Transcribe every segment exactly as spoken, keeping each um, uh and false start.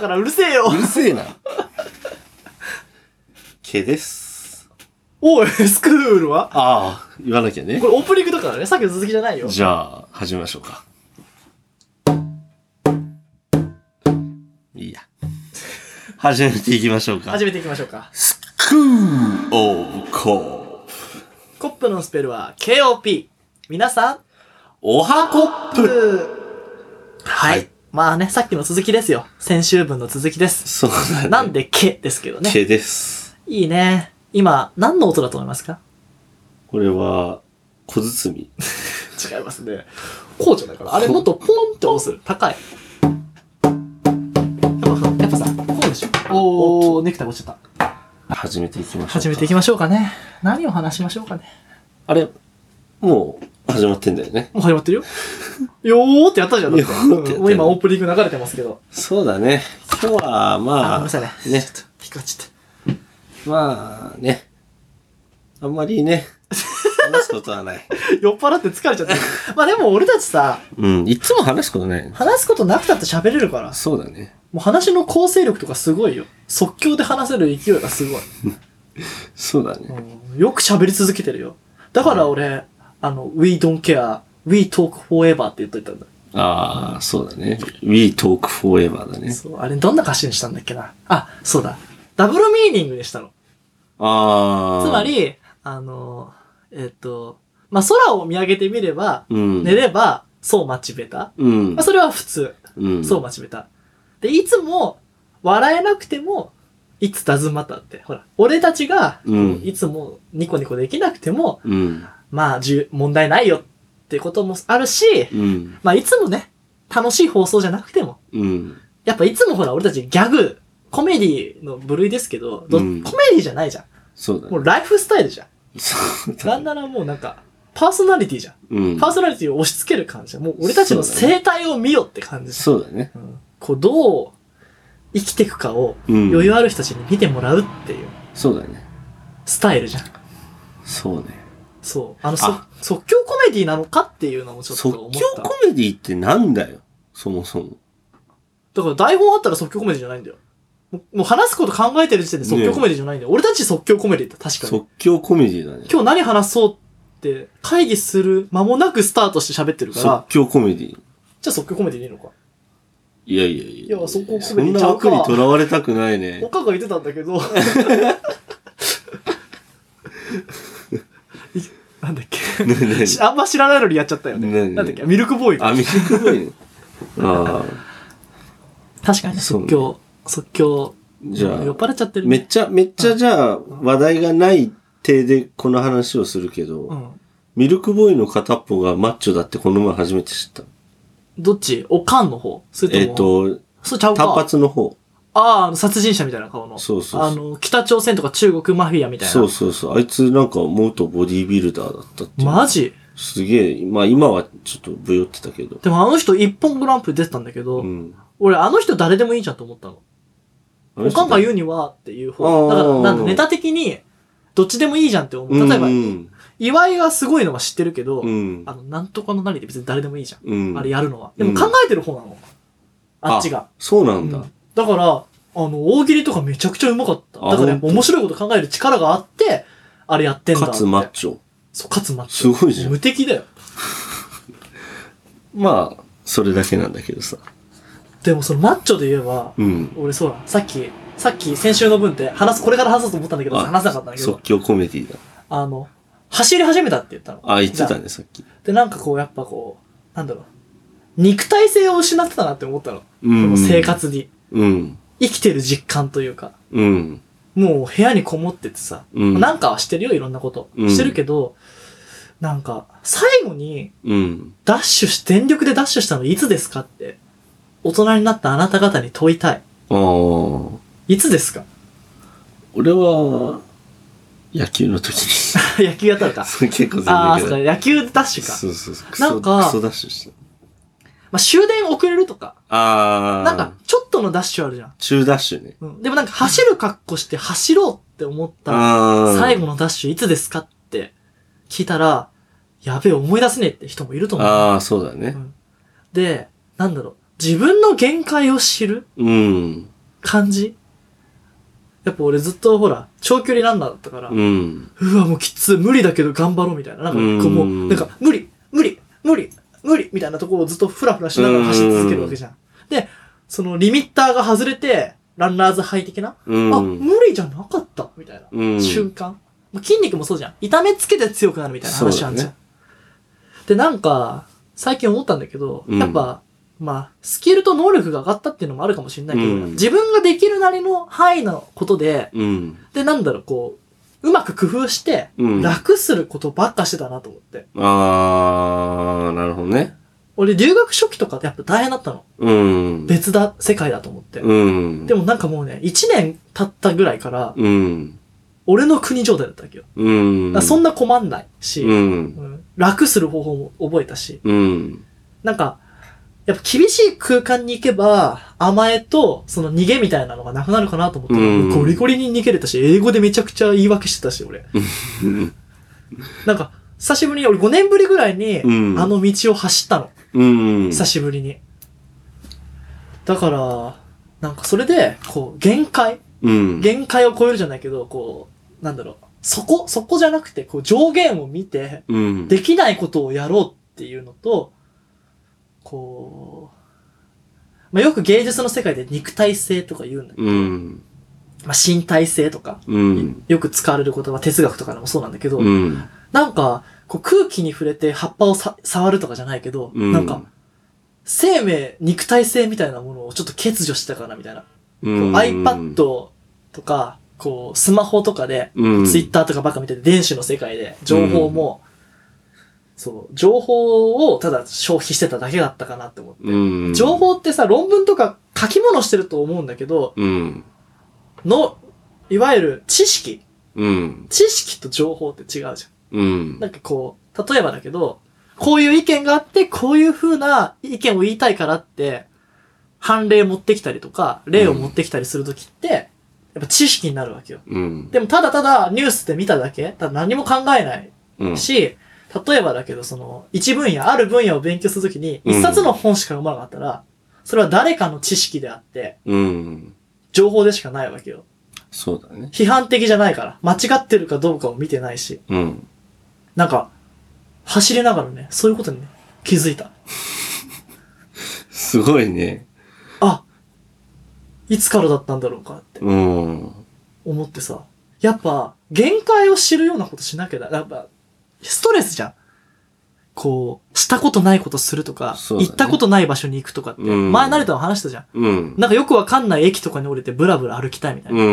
からうるせえよ。 うるせえな。毛です。 おい、スクールはああ、言わなきゃね。 これオープニングだからね。さっきの続きじゃないよ。 じゃあ、始めましょうか。いいや。始めていきましょうか。 始めていきましょうか。 スクールオブコップ。 コップのスペルは ケーオーピー。皆さん、 おはコップ。 はい。はい、まあね、さっきの続きですよ。先週分の続きです。 そうだね。 なんで毛ですけどね。 毛です。 いいね。今、何の音だと思いますか？ これは、小包。違いますね。こうじゃないから。あれもっとポンって押す。高い。やっぱ、やっぱさ、こうでしょ。おー、ネクタイ落ちちゃった。 始めていきましょうか。 始めていきましょうかね。何を話しましょうかね。 あれ、もう始まってんだよね。 もう始まってるよ。よーってやったじゃん。だって。 よーってやったよもう今オープニング流れてますけど。 そうだね。今日は、まあ、 あ、ごめんなさいね。 ね。 ちょっと、引っかかっちゃった。 まあね。あんまりね、話すことはない。 酔っ払って疲れちゃった。まあでも俺たちさ、 うん、いつも話すことない。 話すことなくたって喋れるから。 そうだね。 もう話の構成力とかすごいよ。即興で話せる勢いがすごい。 そうだね。 うん、よく喋り続けてるよ。だから俺、あの、We don't care, we talk forever って言っといたんだ。 ああ、そうだね。We talk forever だね。 そう、あれどんな歌詞にしたんだっけな。あ、そうだ。ダブルミーニングにしたの。 ああ。 つまり、あの、えっと、まあ、空を見上げてみれば、 うん、 寝れば、そう待ちべた。 うん。 まあ、それは普通。 うん、 そう待ちべた。で、いつも、笑えなくても、いつダズマタって。ほら、俺たちが、 うん、 いつもニコニコできなくても、 うん、 まあ、じゅ問題ないよってこともあるし、 うん、 まあ、いつもね、楽しい放送じゃなくても、 うん、 やっぱいつもほら、俺たちギャグ、コメディの部類ですけど、どうん、 コメディじゃないじゃん。 そうだね。 もうライフスタイルじゃん。 そうだね。 なんならもうなんか、パーソナリティじゃん。 うん、 パーソナリティを押し付ける感じじゃん。もう俺たちの生態を見よって感じじゃん。 そうだね。 うん、こう、どう生きていくかをうん余裕ある人たちに見てもらうっていうそうだね。 スタイルじゃん。 そうね。 そう。あの、そあ即興コメディなのかっていうのもちょっと思った。 即興コメディってなんだよ。そもそも。 だから台本あったら即興コメディじゃないんだよ。もうもう話すこと考えてる時点で即興コメディじゃないんだよ。ね、俺たち即興コメディって確かに。 即興コメディだね。 今日何話そうって会議する間もなくスタートして喋ってるから。 即興コメディ。 じゃあ即興コメディでいいのか。 いやいやいや。 いや、即興コメディそんな枠にとらわれたくないね。 他が言ってたんだけど。なんだっけ、 ねねあんま知らないのにやっちゃったよね。 ねねなんだっけミルクボーイか。 あ、ミルクボーイね。ああ。 確かに即興、即興。 じゃあ、 酔っ払っちゃってる、ね。 めっちゃ、めっちゃじゃあ、話題がない体でこの話をするけど、 うん、 ミルクボーイの片っぽがマッチョだってこの前初めて知った。 どっちおかんの方それとも。 えっ、と、 そうちゃうか。 単発の方。 ああ、殺人者みたいな顔の。 そうそうそう。 あの、北朝鮮とか中国マフィアみたいな。 そうそうそう。あいつなんか元ボディービルダーだったっていう。 マジすげえ、まあ今はちょっとブヨってたけど。 でもあの人一本グランプリ出てたんだけど、うん、俺あの人誰でもいいじゃんと思ったの。おかんが言うにはっていう方。だから、なんだ、ネタ的に、どっちでもいいじゃんって思う。例えば、うん、岩井がすごいのは知ってるけど、うん、あの、なんとかの何で別に誰でもいいじゃん。うん、あれやるのは。でも考えてる方なの。あっちが。 あ、そうなんだ。うん、 だから、あの、大喜利とかめちゃくちゃうまかった。だからやっぱ面白いこと考える力があって、あれやってんだって。 かつマッチョ。 そう、かつマッチョ。 すごいじゃん。 無敵だよ。 まあ、それだけなんだけどさ。 でもそのマッチョで言えば、うん、俺そうだ、さっき、さっき先週の分って話す、これから話そうと思ったんだけど、話せなかったんだけど。 即興コメディだ。 あの、走り始めたって言ったの。 あ、言ってたね、さっき。 で、なんかこう、やっぱこう、なんだろう。肉体性を失ってたなって思ったの。うん、この生活に。うん。生きてる実感というか。うん。もう部屋にこもっててさ、うん、なんかはしてるよ、いろんなこと。うん、してるけど、なんか、最後に、うん。ダッシュし、全力でダッシュしたのいつですかって、大人になったあなた方に問いたい。ああ。いつですか？ 俺は、野球の時に。 野球やったのか。 そう、結構全然。 ああ、そうか、野球ダッシュか。 そうそうそう。クソなんか、 クソダッシュした。 まあ、終電遅れるとか。 ああ。 なんか、ちょっとのダッシュあるじゃん。 中ダッシュね。 うん。でもなんか、走る格好して走ろうって思ったら、最後のダッシュいつですかって聞いたら、やべえ、思い出せねえって人もいると思う。 ああ、そうだね、 うん。で、なんだろう。自分の限界を知る。うん。 感じ。やっぱ俺ずっとほら、長距離ランナーだったから、うん、うわ、もうきつい、無理だけど頑張ろうみたいな。なんか、こうもう、なんか、無理、無理、無理、無理みたいなところをずっとフラフラしながら走り続けるわけじゃん。で、そのリミッターが外れて、ランナーズハイ的な、うん、あ、無理じゃなかったみたいな、うん、瞬間。筋肉もそうじゃん。痛めつけて強くなるみたいな話あんじゃん。ね、で、なんか、最近思ったんだけど、うん、やっぱ、まあ、スキルと能力が上がったっていうのもあるかもしれないけど、うん、自分ができるなりの範囲のことで、うん、で、なんだろう、こう、うまく工夫して、楽することばっかしてたなと思って。 うん、あー、なるほどね。 俺、留学初期とかってやっぱ大変だったの。うん、別だ、世界だと思って。うん、でもなんかもうね、一年経ったぐらいから、うん、俺の国状態だったわけよ。うん、だそんな困んないし、うんうん、楽する方法も覚えたし、うん、なんか、やっぱ厳しい空間に行けば、甘えと、その逃げみたいなのがなくなるかなと思ったら、うん、ゴリゴリに逃げれたし、英語でめちゃくちゃ言い訳してたし、俺。なんか、久しぶりに、俺ごねんぶりぐらいに、うん、あの道を走ったの。うん、久しぶりに。だから、なんかそれで、こう、限界、うん、限界を超えるじゃないけど、こう、なんだろう、そこ、そこじゃなくて、こう、上限を見て、うん、できないことをやろうっていうのと、こう、まあ、よく芸術の世界で肉体性とか言うんだけど、うん、まあ、身体性とか、うん、よく使われる言葉、哲学とかでもそうなんだけど、うん、なんか、こう空気に触れて葉っぱをさ触るとかじゃないけど、うん、なんか、生命、肉体性みたいなものをちょっと欠如したかなみたいな。うん、こう iPad とか、こう、スマホとかで、うん、Twitter とかばっか見てて、電子の世界で、情報も、うんそう、情報をただ消費してただけだったかなって思って。うん、情報ってさ、論文とか書き物してると思うんだけど、うん、の、いわゆる知識、うん、知識と情報って違うじゃん。うん、なんかこう、例えばだけど、こういう意見があって、こういう風な意見を言いたいからって、判例持ってきたりとか、例を持ってきたりするときって、やっぱ知識になるわけよ。うん、でもただただニュースで見ただけ、ただ何も考えないし、うん例えばだけど、その、一分野、ある分野を勉強するときに、一冊の本しか読まなかったら、それは誰かの知識であって、うん、情報でしかないわけよ。 そうだね。 批判的じゃないから、間違ってるかどうかを見てないし、うん、なんか、走りながらね、そういうことにね、気づいた。 すごいね。 あ、いつからだったんだろうかって、うん、思ってさ、やっぱ、限界を知るようなことしなきゃだ。やっぱ、ストレスじゃん。こう、したことないことするとか、ね、行ったことない場所に行くとかって、うん、前慣れたの話したじゃん。うん、なんかよくわかんない駅とかに降りてブラブラ歩きたいみたいな。うん、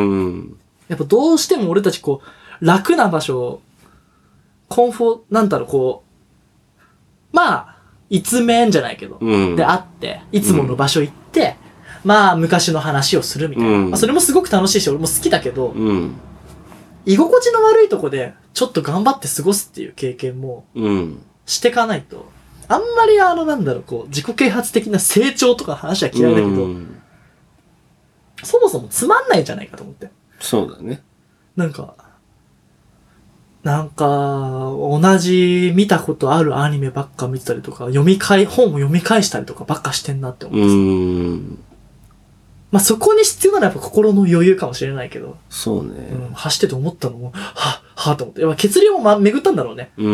やっぱどうしても俺たちこう、楽な場所、コンフォ、なんだろう、こう、まあ、一面じゃないけど、うん、であって、いつもの場所行って、うん、まあ、昔の話をするみたいな。うんまあ、それもすごく楽しいし、俺も好きだけど、うん居心地の悪いとこで、ちょっと頑張って過ごすっていう経験も、してかないと、あんまりあの、なんだろう、こう、自己啓発的な成長とか話は嫌いだけど、そもそもつまんないんじゃないかと思って。 そうだね。 なんか、なんか、同じ見たことあるアニメばっか見てたりとか、読み返、本を読み返したりとかばっかしてんなって思ってさ。まあ、そこに必要なのはやっぱ心の余裕かもしれないけど。 そうね。 うん、走ってて思ったのも、はぁ、はぁと思って。やっぱ血流もま、巡ったんだろうね。うん。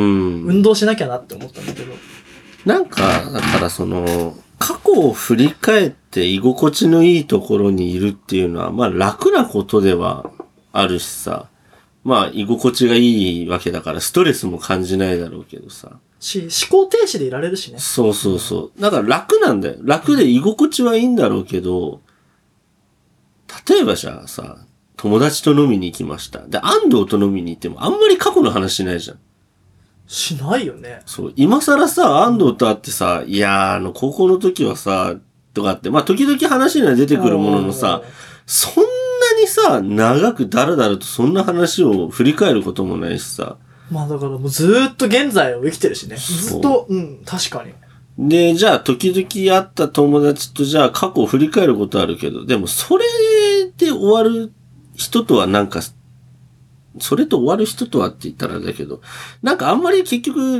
運動しなきゃなって思ったんだけど。 なんか、だからその、過去を振り返って居心地のいいところにいるっていうのは、まあ楽なことではあるしさ。まあ居心地がいいわけだからストレスも感じないだろうけどさ。 し、思考停止でいられるしね。 そうそうそう。だから楽なんだよ。楽で居心地はいいんだろうけど、例えばじゃあさ、友達と飲みに行きました。で、安藤と飲みに行ってもあんまり過去の話しないじゃん。 しないよね。 そう。今更さ、安藤と会ってさ、いやー、あの、高校の時はさ、とかって、まあ、時々話には出てくるもののさ、そんなにさ、長くだらだらとそんな話を振り返ることもないしさ。 まあだからもうずーっと現在を生きてるしね。ずっと、うん、確かに。 で、じゃあ、時々会った友達と、じゃあ、過去を振り返ることあるけど、でも、それで終わる人とはなんか、それと終わる人とはって言ったらあれだけど、なんかあんまり結局、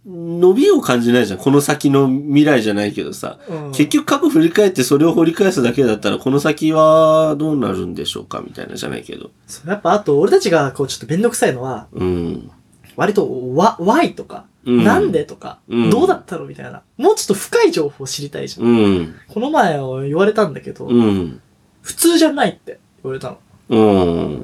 伸びを感じないじゃん。この先の未来じゃないけどさ。 うん、 結局過去振り返ってそれを掘り返すだけだったら、この先はどうなるんでしょうかみたいなじゃないけど。 やっぱあと俺たちがこうちょっとめんどくさいのは、 うん、 割とわ、why とか、うん、なんでとか、うん、どうだったのみたいな。もうちょっと深い情報を知りたいじゃん。うん、この前言われたんだけど、うん、普通じゃないって言われたの。うん、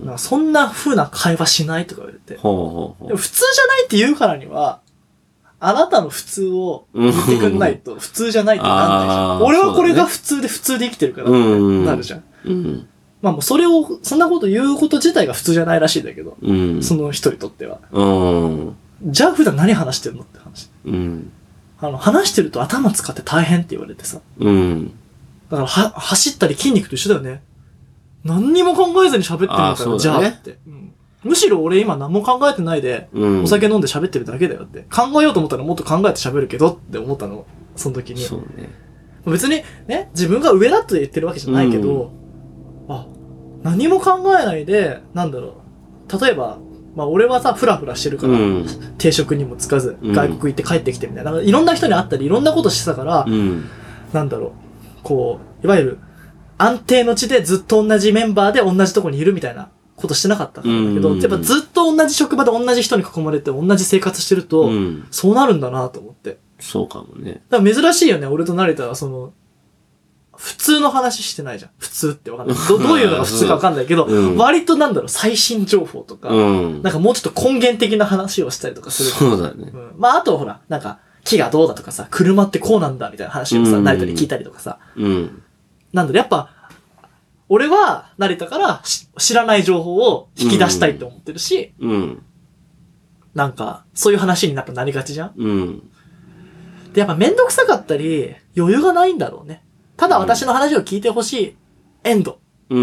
なんかそんな風な会話しないとか言われて。ほうほうほう、でも普通じゃないって言うからには、あなたの普通を言ってくんないと普通じゃないってなんないじゃん。俺はこれが普通で普通で生きてるからってなるじゃん。うん、まあもうそれを、そんなこと言うこと自体が普通じゃないらしいんだけど、うん、その人にとっては。うん、じゃあ普段何話してるのって話。うん、あの、話してると頭使って大変って言われてさ。うん、だからは、走ったり筋肉と一緒だよね。何にも考えずに喋ってるんだから、ね、じゃあって、うん。むしろ俺今何も考えてないで、うん、お酒飲んで喋ってるだけだよって。考えようと思ったらもっと考えて喋るけどって思ったの。その時に。そうね。別にね、自分が上だと言ってるわけじゃないけど、うん、あ、何も考えないで、なんだろう。例えば、まあ俺はさ、フラフラしてるから、うん、定職にもつかず、外国行って帰ってきてみたいな。いろんな人に会ったりいろんなことしてたから、うん、なんだろう。こう、いわゆる、安定の地でずっと同じメンバーで同じとこにいるみたいなことしてなかったんだけど、やっぱずっと同じ職場で同じ人に囲まれて同じ生活してると、うん、そうなるんだなと思って。 そうかもね。 だから珍しいよね、俺と成田はその、普通の話してないじゃん。普通ってわかんない。ど, どういうのが普通かわかんないけど、うん、割となんだろう、最新情報とか、うん、なんかもうちょっと根源的な話をしたりとかする。 そうだね。 うん、まああとほら、なんか、木がどうだとかさ、車ってこうなんだみたいな話をさ、成田に聞いたりとかさ、うん、なんだろう、やっぱ、俺は成田から知らない情報を引き出したいって思ってるし、うん、なんか、そういう話になっなりがちじゃん、うん、で、やっぱめんどくさかったり、余裕がないんだろうね。ただ私の話を聞いてほしい、エンド。うん。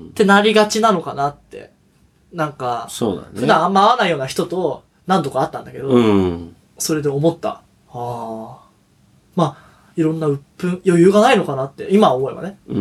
ってなりがちなのかなって。なんか、そうだね。普段あんま会わないような人と何度か会ったんだけど、うん、それで思った。ああ。まあ、いろんな鬱憤、余裕がないのかなって、今思えばね。うん。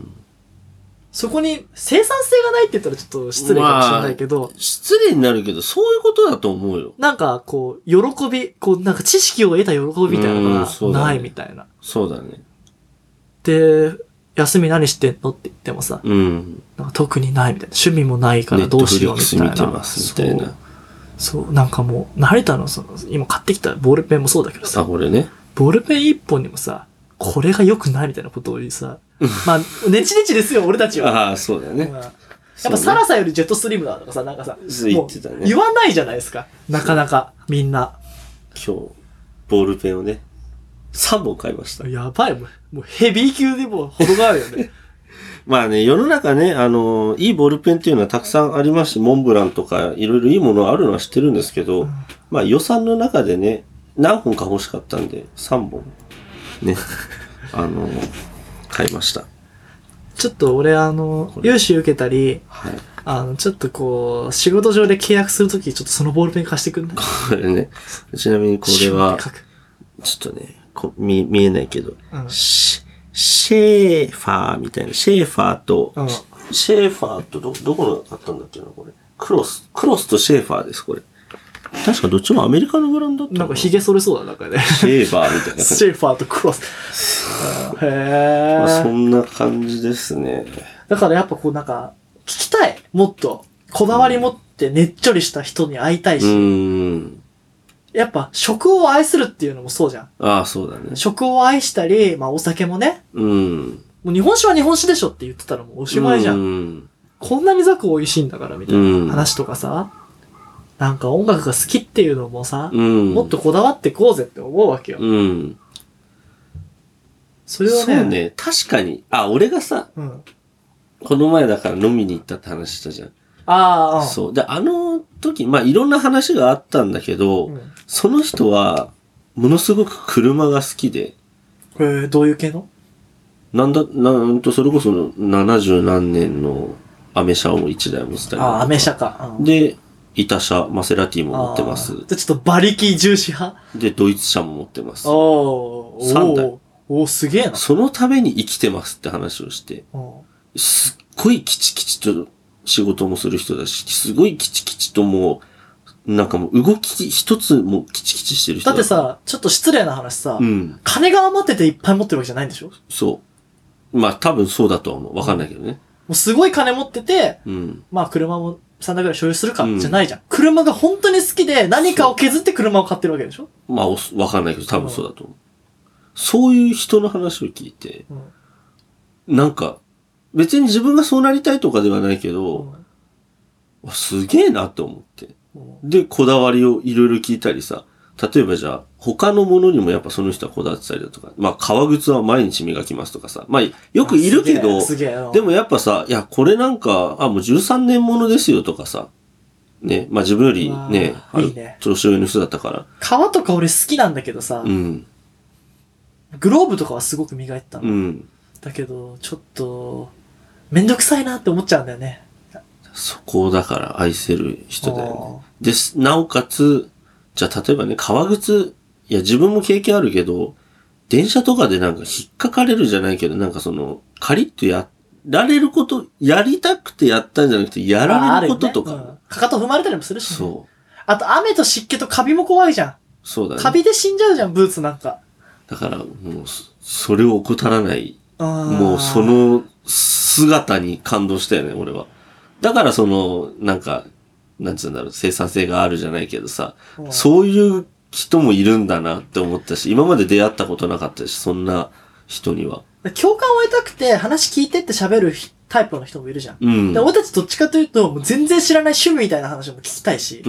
そこに生産性がないって言ったらちょっと失礼かもしれないけど、まあ、 失礼になるけど、そういうことだと思うよ。 なんか、こう、喜び、こう、なんか知識を得た喜びみたいなのがないみたいな。 そうだね。 で、休み何してんのって言ってもさ、うん、なんか特にないみたいな。趣味もないからどうしようみたいな。ネットフリックス見てますみたいな。そう、そうなんかもう、成田のその、今買ってきたボールペンもそうだけどさ、 あ、これね。 ボールペン一本にもさ、これが良くないみたいなことを言うさ、まあ、ネチネチですよ、俺たちは。 ああ、そうだよね。 まあ、やっぱサラサよりジェットスリムだとかさ、なんかさ、言ってたね。言わないじゃないですか。なかなか、みんな。 今日、ボールペンをね、さんぼん買いました。 やばい、もう、もうヘビー級でも程があるよね。 まあね、世の中ね、あの、いいボールペンっていうのはたくさんありますし、モンブランとか、いろいろいいものあるのは知ってるんですけど、うん、まあ予算の中でね、何本か欲しかったんで、さんぼん、ね、あの、買いました。 ちょっと俺あの、融資受けたり、はい、あの、ちょっとこう、仕事上で契約するとき、ちょっとそのボールペン貸してくんない？ これね、ちなみにこれは、ちょっとね、こ見、見えないけど、うん、シェーファーみたいな、シェーファーと、うん、シェーファーとど、どこの買ったんだっけな、これ。クロス、クロスとシェーファーです、これ。確かどっちもアメリカのブランドだったなんか髭剃れそうだ、なんかね。 シェーファーみたいな。 シェーファーとクロス。へー。 まあ、そんな感じですね。 だからやっぱこうなんか、聞きたい。もっと。こだわり持ってねっちょりした人に会いたいし。うん。やっぱ食を愛するっていうのもそうじゃん。 ああ、そうだね。 食を愛したり、まあお酒もね。うん。もう日本酒は日本酒でしょって言ってたらもうおしまいじゃん。うん。こんなにザク美味しいんだからみたいな話とかさ。うんなんか音楽が好きっていうのもさ、うん、もっとこだわってこうぜって思うわけよ。うん。それはね。 そうね、確かに。あ、俺がさ、うん、この前だから飲みに行ったって話したじゃん。 ああ。 そう。で、あの時、まあいろんな話があったんだけど、うん、その人は、ものすごく車が好きで。 えー、どういう系の？ なんだ、なんと、それこそななじゅう何年のアメ車を一台持ってたり。 ああ、アメ車か。 うん、で、イタ車、マセラティも持ってます。 じゃちょっと馬力重視派で、ドイツ車も持ってます。 おー。 さんだい。 おー、すげえな。 そのために生きてますって話をして、すっごいキチキチと仕事もする人だし、すごいキチキチともう、 なんかもう動き一つもうキチキチしてる人だってさ、ちょっと失礼な話さ、 うん、 金が余ってていっぱい持ってるわけじゃないんでしょ？ そう。まあ多分そうだとは思う。わかんないけどね。 もうすごい金持ってて、 うん、まあ車もさんだいぐらい所有するか、じゃないじゃん。車が本当に好きで何かを削って車を買ってるわけでしょ？ まあわかんないけど多分そうだと思う。そういう人の話を聞いて、うん、なんか別に自分がそうなりたいとかではないけど、うん、すげえなって思って。で、こだわりをいろいろ聞いたりさ、例えばじゃあ、他のものにもやっぱその人はこだわってたりだとか、まあ、革靴は毎日磨きますとかさ、まあ、よくいるけど、でもやっぱさ、いや、これなんか、あ、もうじゅうさんねんものですよとかさ、ね、まあ自分よりね、あいいね、年上の人だったから。 革とか俺好きなんだけどさ、うん、グローブとかはすごく磨いてたの。うん、だけど、ちょっと、めんどくさいなって思っちゃうんだよね。 そこをだから愛せる人だよね。で、なおかつ、じゃあ例えばね、革靴、いや自分も経験あるけど、電車とかでなんか引っかかれるじゃないけど、なんかその、カリッとやられること、やりたくてやったんじゃなくて、やられることとか。ね、うん、 かかと踏まれたりもするし、ね。 そう。 あと雨と湿気とカビも怖いじゃん。 そうだね。 カビで死んじゃうじゃん、ブーツなんか。 だからもう、それを怠らない。もうその姿に感動したよね、俺は。だからその、なんか、なんつうんだろう、生産性があるじゃないけどさ、うん、そういう人もいるんだなって思ったし、今まで出会ったことなかったし、そんな人には。 共感を得たくて話聞いてって喋るタイプの人もいるじゃん。うん、で俺たちどっちかというと、もう全然知らない趣味みたいな話も聞きたいし。うん、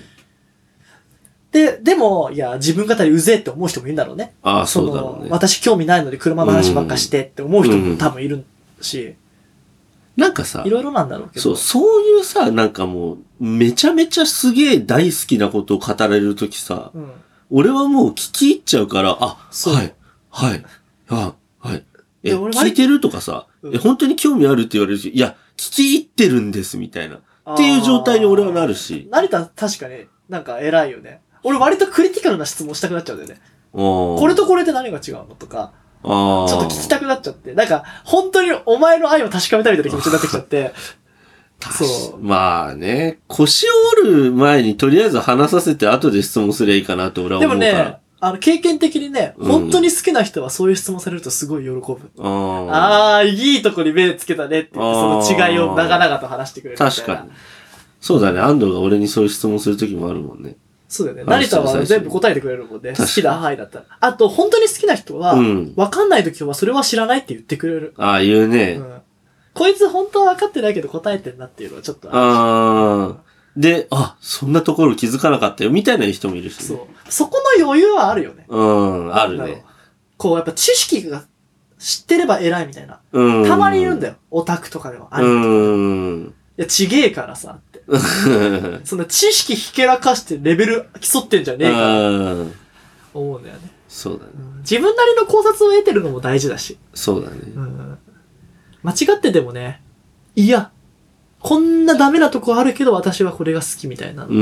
で、でも、いや、自分語りうぜえって思う人もいるんだろうね。 ああ、そうだろうね。 私興味ないので車の話ばっかしてって思う人も多分いるし。うんうん、 なんかさ、 いろいろなんだろうけど。 そう、そういうさ、なんかもう、めちゃめちゃすげえ大好きなことを語られるときさ、うん、俺はもう聞き入っちゃうから、あ、はい、はい、あ、はい。え、聞いてるとかさ、うん、え、本当に興味あるって言われるし、いや、聞き入ってるんですみたいな。っていう状態に俺はなるし。 成田確かになんか偉いよね。俺割とクリティカルな質問したくなっちゃうんだよね。これとこれで何が違うのとか。ちょっと聞きたくなっちゃって。なんか、本当にお前の愛を確かめたいみたいな気持ちになってきちゃって。 そう。まあね、腰を折る前にとりあえず話させて後で質問すればいいかなと俺は思うから。でもね、 あの、経験的にね、本当に好きな人はそういう質問されるとすごい喜ぶ。うん、ああ、いいとこに目つけたねって言って、その違いを長々と話してくれるみたいな。 確かに。そうだね、安藤が俺にそういう質問するときもあるもんね。 そうだよね。成田は全部答えてくれるもんね。好きだ、はいだったら。あと、本当に好きな人は、うん、わかんないときはそれは知らないって言ってくれる。 ああ、言うね、うん。 こいつ本当は分かってないけど答えてんなっていうのはちょっとある。 ああ。で、あ、そんなところ気づかなかったよ、みたいな人もいるし、ね。 そう。そこの余裕はあるよね。 うん、あるね。 こう、やっぱ知識が知ってれば偉いみたいな。うん。たまにいるんだよ。オタクとかでも。あるとか。うん。いや、ちげえからさ、って。その知識ひけらかしてレベル競ってんじゃねえから。思うんだよね。 そうだね、 うん。自分なりの考察を得てるのも大事だし。 そうだね。 うん。間違っててもね、いや、こんなダメなとこあるけど私はこれが好きみたいなの、うん。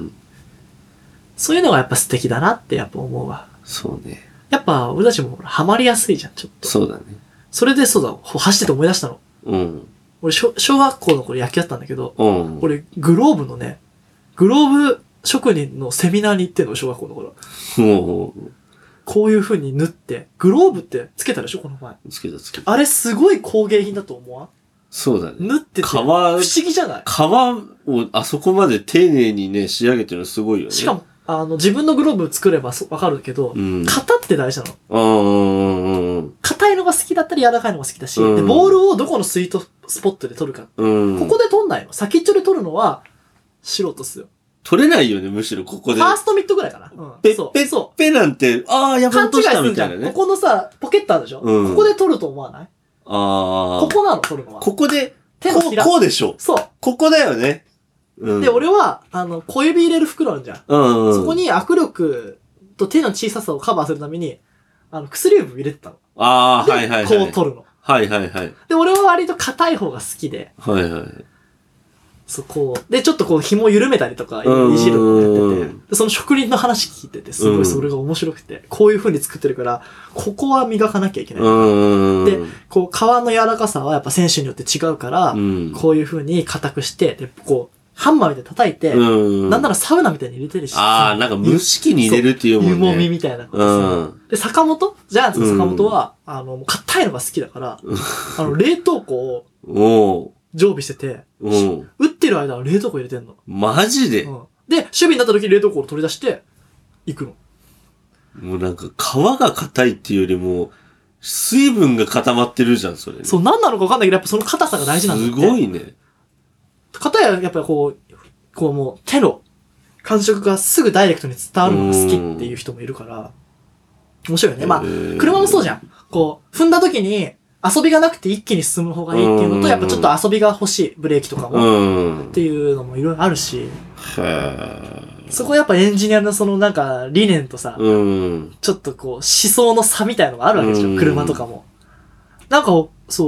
そういうのがやっぱ素敵だなってやっぱ思うわ。 そうね。 やっぱ俺たちもハマりやすいじゃん、ちょっと。 そうだね。 それでそうだ、走ってて思い出したの。うん。俺小、小学校の頃野球やったんだけど、うん。俺、グローブのね、グローブ職人のセミナーに行ってんの、小学校の頃。うん。こういう風に縫って、グローブってつけたでしょ、この前。 つけたつけた。 あれすごい工芸品だと思わん？ そうだね。 縫ってて、不思議じゃない？ 皮をあそこまで丁寧にね、仕上げてるのすごいよね。 しかも、あの、自分のグローブ作ればわかるけど、うん、型って大事なの。硬いのが好きだったり柔らかいのが好きだし、うん、で、ボールをどこのスイートスポットで取るか。うん、ここで取んないの。先っちょで取るのは、素人っすよ。 取れないよね、むしろここで。 ファーストミットぐらいかな。うん、 ペッペッペなんて、ああ、やばいとしたみたいなね。 ここのさ、ポケットあるでしょ、うん、ここで取ると思わない？ああ。ここなの、取るのは。 ここで、手のひら。こうでしょ。 そう。 ここだよね。うん、で、 俺は、あの、小指入れる袋あるじゃん。うんうん、そこに握力と手の小ささをカバーするために、あの、薬指を入れてたの。 ああ、はいはいはい。 こう取るの。 はいはいはい。 で、俺は割と硬い方が好きで。 はいはい。 そう、こう。で、ちょっとこう紐緩めたりとか、いじるのをやってて。で、その職人の話聞いてて、すごいそれが面白くて、こういう風に作ってるから、ここは磨かなきゃいけない。で、こう、皮の柔らかさはやっぱ選手によって違うから、こういう風に硬くして、で、こう、 ハンマーみたいに叩いて、 うん、 なんならサウナみたいに入れてるし。 ああ、なんか蒸し器に入れるっていうもんね。 湯もみみたいなことさ、うん。で、坂本ジャイアンツの坂本は、うん、あの、もう硬いのが好きだから、あの、冷凍庫を常備してて、うん、打ってる間は冷凍庫入れてんの。 マジで、うん、 で、守備になった時に冷凍庫を取り出して、行くの。 もうなんか皮が硬いっていうよりも、水分が固まってるじゃん、それ、ね。 そう、何なのか分かんないけど、やっぱその硬さが大事なんだって。 すごいね。 硬いはやっぱりこう、こうもう手の感触がすぐダイレクトに伝わるのが好きっていう人もいるから、面白いよね。まあ、車もそうじゃん。こう、踏んだ時に遊びがなくて一気に進む方がいいっていうのと、やっぱちょっと遊びが欲しい。ブレーキとかも。っていうのもいろいろあるし。そこやっぱエンジニアのそのなんか理念とさ、ちょっとこう思想の差みたいなのがあるわけでしょ。車とかも。なんか、そう、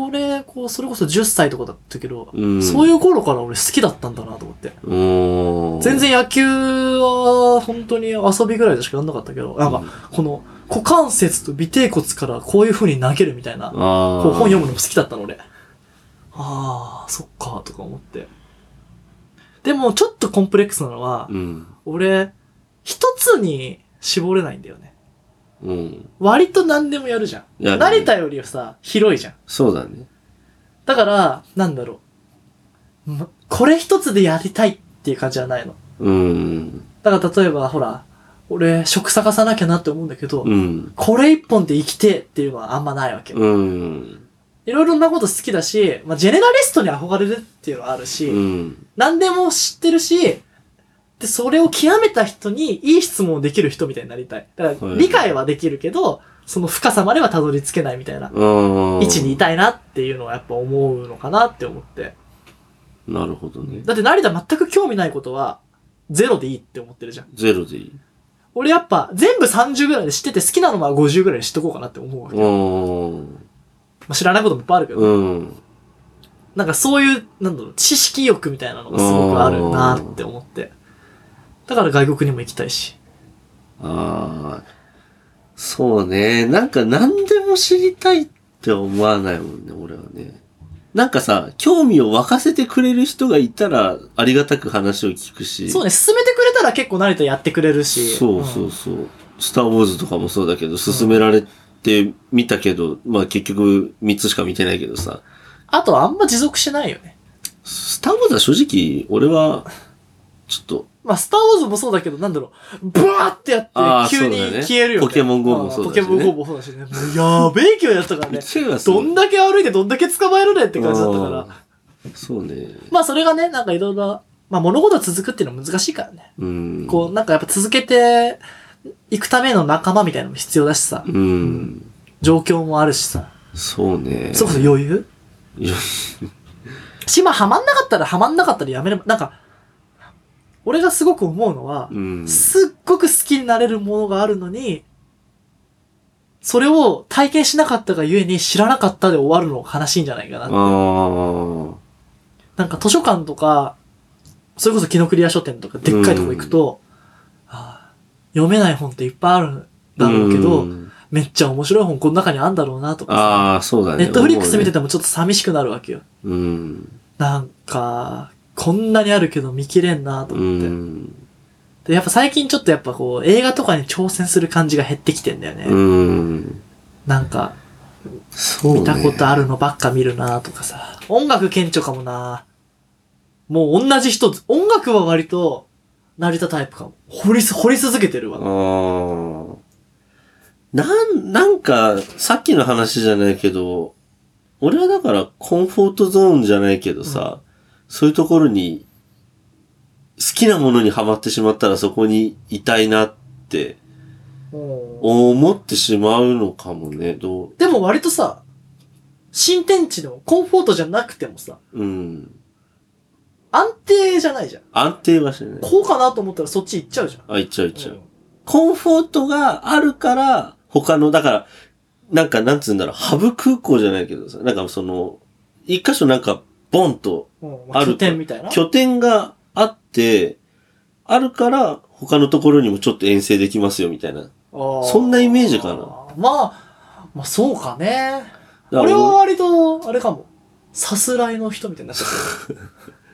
俺、こう、それこそじゅっさいとかだったけど、うん、そういう頃から俺好きだったんだなと思って。全然野球は本当に遊びぐらいでしかやんなかったけど、なんか、この股関節と尾てい骨からこういう風に投げるみたいな、こう本読むのも好きだったの俺。ああ、そっか、とか思って。でも、ちょっとコンプレックスなのは、うん、俺、一つに絞れないんだよね。うん、割と何でもやるじゃん。ね、成田よりはさ、広いじゃん。 そうだね。 だから、なんだろう。これ一つでやりたいっていう感じはないの。うん。だから例えば、ほら、俺、職探さなきゃなって思うんだけど、うん、これ一本で生きてっていうのはあんまないわけよ。うん。いろいろなこと好きだし、まあ、ジェネラリストに憧れるっていうのはあるし、うん、何でも知ってるし、で、それを極めた人にいい質問をできる人みたいになりたい。だから、理解はできるけど、その深さまではたどり着けないみたいな、位置にいたいなっていうのはやっぱ思うのかなって思って。 なるほどね。 だって成田全く興味ないことは、ゼロでいいって思ってるじゃん。 ゼロでいい。 俺やっぱ、全部さんじゅうぐらいで知ってて好きなのはごじゅうぐらいで知っとこうかなって思うわけ。まあ、知らないこともいっぱいあるけど。うん。なんかそういう、なんだろう、知識欲みたいなのがすごくあるなって思って。だから外国にも行きたいし。 ああ、そうね。なんか何でも知りたいって思わないもんね、俺はね。なんかさ、興味を沸かせてくれる人がいたら、ありがたく話を聞くし。 そうね、進めてくれたら結構慣れてやってくれるし。 そうそうそう。うん、スターウォーズとかもそうだけど、進められてみたけど、うん、まあ結局みっつしか見てないけどさ。 あとあんま持続しないよね。 スターウォーズは正直、俺は、ちょっと、 まあ、スターウォーズもそうだけど、なんだろう、ブワーってやって、急に消えるよね。 ポケモン ゴー もそうだしね。 ポケモン ゴー もそうだしね。もうやべえ勢いだったからね。どんだけ歩いてどんだけ捕まえるねって感じだったから。 そうね。 まあ、それがね、なんかいろいろ、まあ、物事続くっていうのは難しいからね。うん。こう、なんかやっぱ続けていくための仲間みたいなのも必要だしさ。うん。状況もあるしさ。 そうね。 そこそ余裕余裕。し、まあ、ハマんなかったらハマんなかったらやめれば、なんか、俺がすごく思うのは、うん、すっごく好きになれるものがあるのに、それを体験しなかったがゆえに知らなかったで終わるのが悲しいんじゃないかなって。なんか図書館とか、それこそ紀ノ国屋書店とかでっかいとこ行くと、うんはあ、読めない本っていっぱいあるんだろうけど、うん、めっちゃ面白い本この中にあるんだろうなとかさ。あ、そうだね。 ネットフリックス見ててもちょっと寂しくなるわけよ。 うん、 なんか、こんなにあるけど見切れんなと思って。うん、で、やっぱ最近ちょっとやっぱこう、映画とかに挑戦する感じが減ってきてんだよね。うん、なんか、そうね、見たことあるのばっか見るなとかさ。音楽顕著かもなもう同じ人、音楽は割と、成田タイプかも。掘りす、掘り続けてるわ。 あなん、なんか、さっきの話じゃないけど、俺はだからコンフォートゾーンじゃないけどさ、うん、そういうところに、好きなものにハマってしまったらそこにいたいなって、思ってしまうのかもね、どうでも割とさ、新天地のコンフォートじゃなくてもさ、うん。安定じゃないじゃん。 安定はしてない。 こうかなと思ったらそっち行っちゃうじゃん。 あ、行っちゃう行っちゃう。うん、コンフォートがあるから、他の、だから、なんか、なんつうんだろう、ハブ空港じゃないけどさ、なんかその、一箇所なんか、ボンとある、 うん、拠点みたいな。 拠点があって、あるから、他のところにもちょっと遠征できますよ、みたいな。そんなイメージかな。 まあ、まあそうかね。俺は割と、あれかも。さすらいの人みたいになっちゃってる。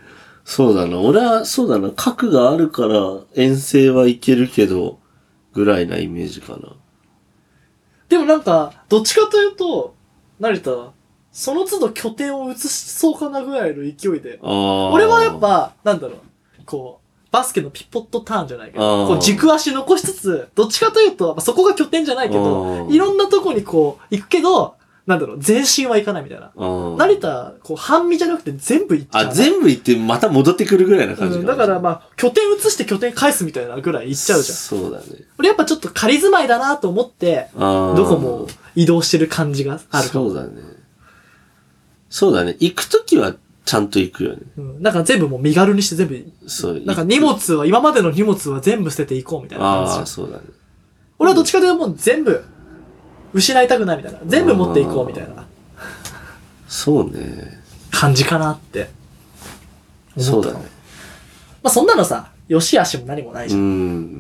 そうだな。俺は、そうだな。核があるから遠征はいけるけど、ぐらいなイメージかな。 でもなんか、どっちかというと、成田、その都度拠点を移しそうかなぐらいの勢いで。俺はやっぱ、なんだろう、こう、バスケのピポットターンじゃないけど、こう軸足残しつつ、どっちかというと、まあ、そこが拠点じゃないけど、いろんなとこにこう、行くけど、なんだろう、全身はいかないみたいな。成田、こう、半身じゃなくて全部行っちゃう。 あ、全部行ってまた戻ってくるぐらいな感じか、 うん、だからまあ、拠点移して拠点返すみたいなぐらい行っちゃうじゃん。 そうだね。 俺やっぱちょっと仮住まいだなと思って、どこも移動してる感じがあるかも。 そうだね。そうだね。行くときはちゃんと行くよね。 うん。なんか全部もう身軽にして全部。そう。なんか荷物は、今までの荷物は全部捨てていこうみたいな感じ。 ああ、そうだね。 俺はどっちかというともう全部、失いたくないみたいな。全部持っていこうみたいな。 そうね。 感じかなって思った。そうだね。 まあそんなのさ、良し悪しも何もないじゃん。うん。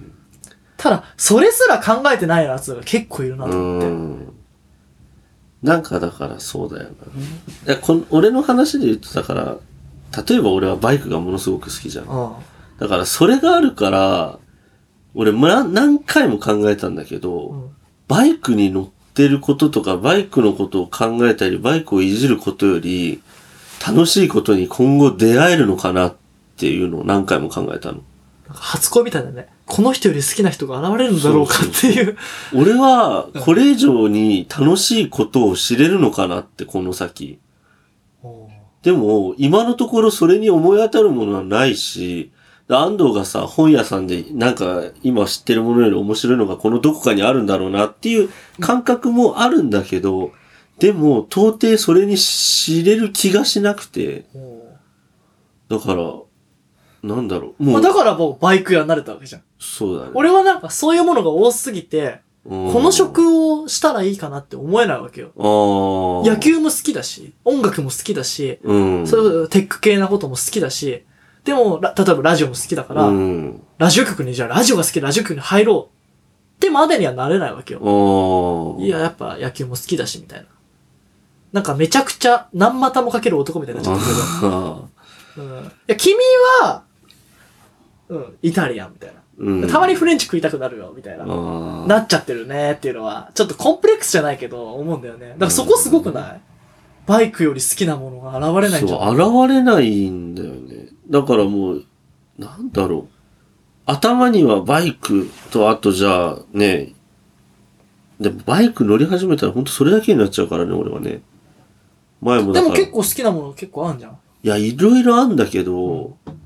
ただ、それすら考えてないやつが結構いるなと思って。うん。 なんかだからそうだよな。うん、この俺の話で言ってたから、例えば俺はバイクがものすごく好きじゃん。ああ、だからそれがあるから、俺何回も考えたんだけど、うん、バイクに乗ってることとか、バイクのことを考えたり、バイクをいじることより、楽しいことに今後出会えるのかなっていうのを何回も考えたの。 初恋みたいだね。この人より好きな人が現れるんだろうかっていう。そうそうそう俺は、これ以上に楽しいことを知れるのかなって、この先。でも、今のところそれに思い当たるものはないし、安藤がさ、本屋さんでなんか今知ってるものより面白いのがこのどこかにあるんだろうなっていう感覚もあるんだけど、でも、到底それに知れる気がしなくて。だから、なんだろう。 もう。まあ、だからもうバイク屋になれたわけじゃん。 そうだね。 俺はなんかそういうものが多すぎて、この職をしたらいいかなって思えないわけよ。野球も好きだし、音楽も好きだし、うん、そういうテック系なことも好きだし、でも、例えばラジオも好きだから、うん、ラジオ局にじゃあラジオが好きでラジオ局に入ろうってまでにはなれないわけよ。いや、やっぱ野球も好きだし、みたいな。なんかめちゃくちゃ何股もかける男みたいになっちゃったけど。うん、いや、君は、うん、イタリアンみたいな。うん、たまにフレンチ食いたくなるよ、みたいな。なっちゃってるねっていうのは、ちょっとコンプレックスじゃないけど、思うんだよね。だからそこすごくない？バイクより好きなものが現れないんじゃない？ そう、現れないんだよね。だからもう、なんだろう。頭にはバイクと、あとじゃあね、でもバイク乗り始めたらほんとそれだけになっちゃうからね、俺はね。前もだから。 でも結構好きなもの結構あるじゃん。 いや、いろいろあんだけど、うん、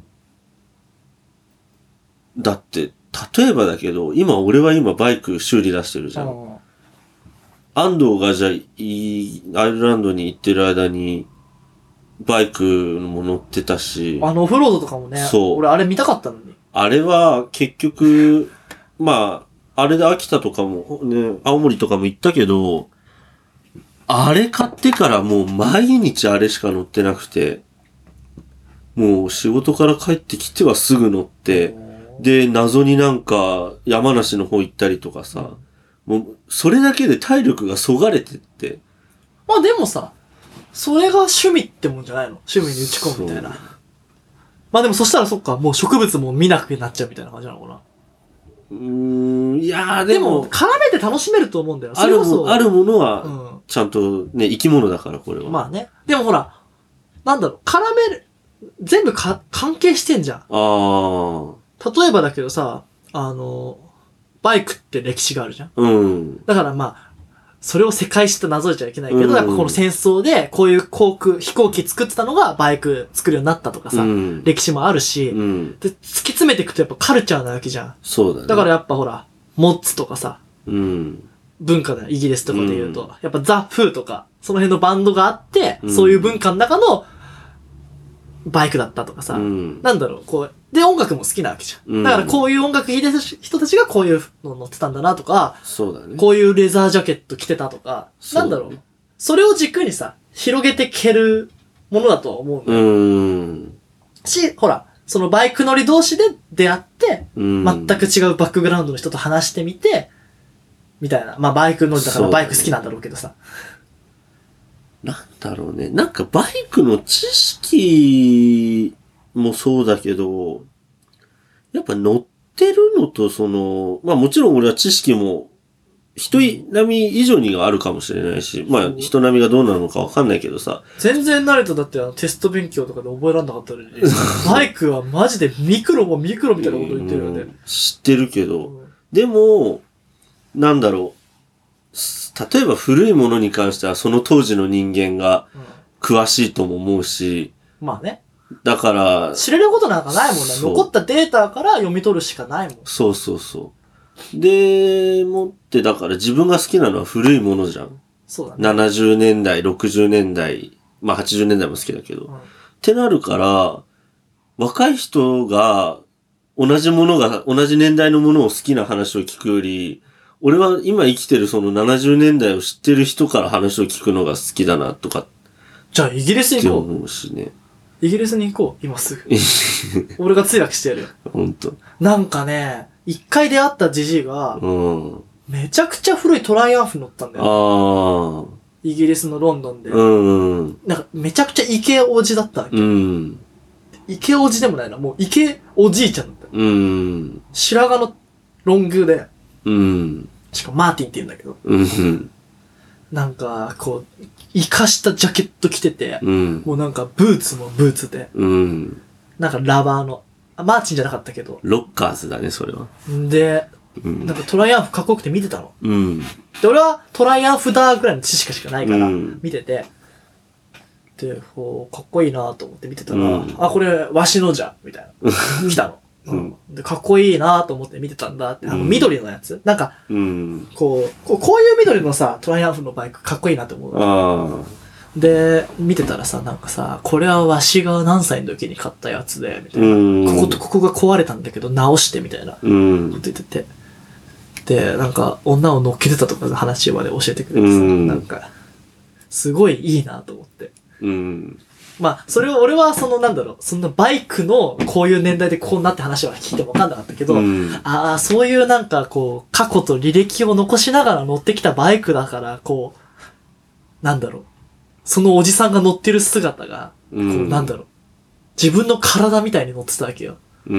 だって、例えばだけど、今、俺は今バイク修理出してるじゃん。安藤がじゃあ、いい、アイルランドに行ってる間に、バイクも乗ってたし。 あの、オフロードとかもね。そう。俺、あれ見たかったのに。 あれは、結局、まあ、あれで秋田とかも、ね、青森とかも行ったけど、あれ買ってからもう毎日あれしか乗ってなくて、もう仕事から帰ってきてはすぐ乗って、で、謎になんか山梨の方行ったりとかさ、うん、もうそれだけで体力がそがれてって。 まあでもさ、それが趣味ってもんじゃないの？趣味に打ち込むみたいな。まあでもそしたらそっか、もう植物も見なくなっちゃうみたいな感じなのかな。 うーん、いやーでも。 でも、絡めて楽しめると思うんだよ。 あるもの、あるものは、ちゃんとね、生き物だからこれは。 まあね。でもほら、なんだろう、絡める、全部か、関係してんじゃん。ああ。例えばだけどさ、あの、バイクって歴史があるじゃん。うん。だからまあ、それを世界史となぞれちゃいけないけど、うん、やっぱこの戦争でこういう航空、飛行機作ってたのがバイク作るようになったとかさ、うん、歴史もあるし、うん、で、突き詰めていくとやっぱカルチャーなわけじゃん。そうだね。だからやっぱほら、モッツとかさ、うん、文化だよ、イギリスとかで言うと、うん、やっぱザ・フーとか、その辺のバンドがあって、うん、そういう文化の中のバイクだったとかさ、うん、なんだろう、こう、で、音楽も好きなわけじゃん。だからこういう音楽弾いてた人たちがこういうの乗ってたんだなとか、そうだね。こういうレザージャケット着てたとか、なんだろう。それを軸にさ、広げてけるものだとは思うんだよ。うん。し、ほら、そのバイク乗り同士で出会って、全く違うバックグラウンドの人と話してみて、みたいな。まあバイク乗りだからバイク好きなんだろうけどさ。 なんだろうね。なんかバイクの知識もそうだけど、やっぱ乗ってるのとその、まあもちろん俺は知識も人並み以上にがあるかもしれないし、まあ人並みがどうなのかわかんないけどさ。 全然慣れただってあのテスト勉強とかで覚えらんなかったのに、バイクはマジでミクロもミクロみたいなこと言ってるよね。 知ってるけど、 うん、 でも、なんだろう。例えば古いものに関してはその当時の人間が詳しいとも思うし、 うん、まあね。 だから、 知れることなんかないもんね。残ったデータから読み取るしかないもん。 そうそうそう。で、もってだから自分が好きなのは古いものじゃん。 そうだね。 ななじゅうねんだい、ろくじゅうねんだい、まあはちじゅうねんだいも好きだけど。うん、ってなるから、若い人が同じものが、同じ年代のものを好きな話を聞くより、俺は今生きてるそのななじゅうねんだいを知ってる人から話を聞くのが好きだなとか。 じゃあイギリスに行こう。 って思うしね。 イギリスに行こう、今すぐ。俺が通訳してやるよ。 ほんと。 なんかね、一回出会ったジジイが、うん、めちゃくちゃ古いトライアンフ乗ったんだよ。ああ。イギリスのロンドンで。うんうん、なんかめちゃくちゃイケオジだったわけ。うん、イケオジでもないな、もうイケおじいちゃんだった。うん、白髪のロングで、うん、しかもマーティンって言うんだけど。うん、なんか、こう、生かしたジャケット着てて、うん、もうなんかブーツもブーツで、うん、なんかラバーの、マーチンじゃなかったけど。 ロッカーズだね、それは。 で、うん、なんかトライアンフかっこよくて見てたの。うん、で、俺はトライアンフだーぐらいの知識しかないから、見てて、うん、で、こう、かっこいいなと思って見てたら、うん、あ、これ、わしのじゃ、みたいな。来たの。うん、で、かっこいいなと思って見てたんだって、あの緑のやつ、うん、なんか、うん、こう、こう、こういう緑のさ、トライアンフのバイクかっこいいなって思う。あで、見てたらさ、なんかさ、これはわしが何歳の時に買ったやつで、みたいな。うん、こことここが壊れたんだけど直して、みたいな。こと言ってて。で、なんか、女を乗っけてたとかの話まで教えてくれてさ、うん、なんか、すごいいいなと思って。うんまあ、それを俺はそのなんだろう、そんなバイクのこういう年代でこうなって話は聞いても分かんなかったけど、うん、ああ、そういうなんかこう、過去と履歴を残しながら乗ってきたバイクだから、こう、なんだろう、そのおじさんが乗ってる姿が、こう、うん、なんだろう、自分の体みたいに乗ってたわけよ。うん。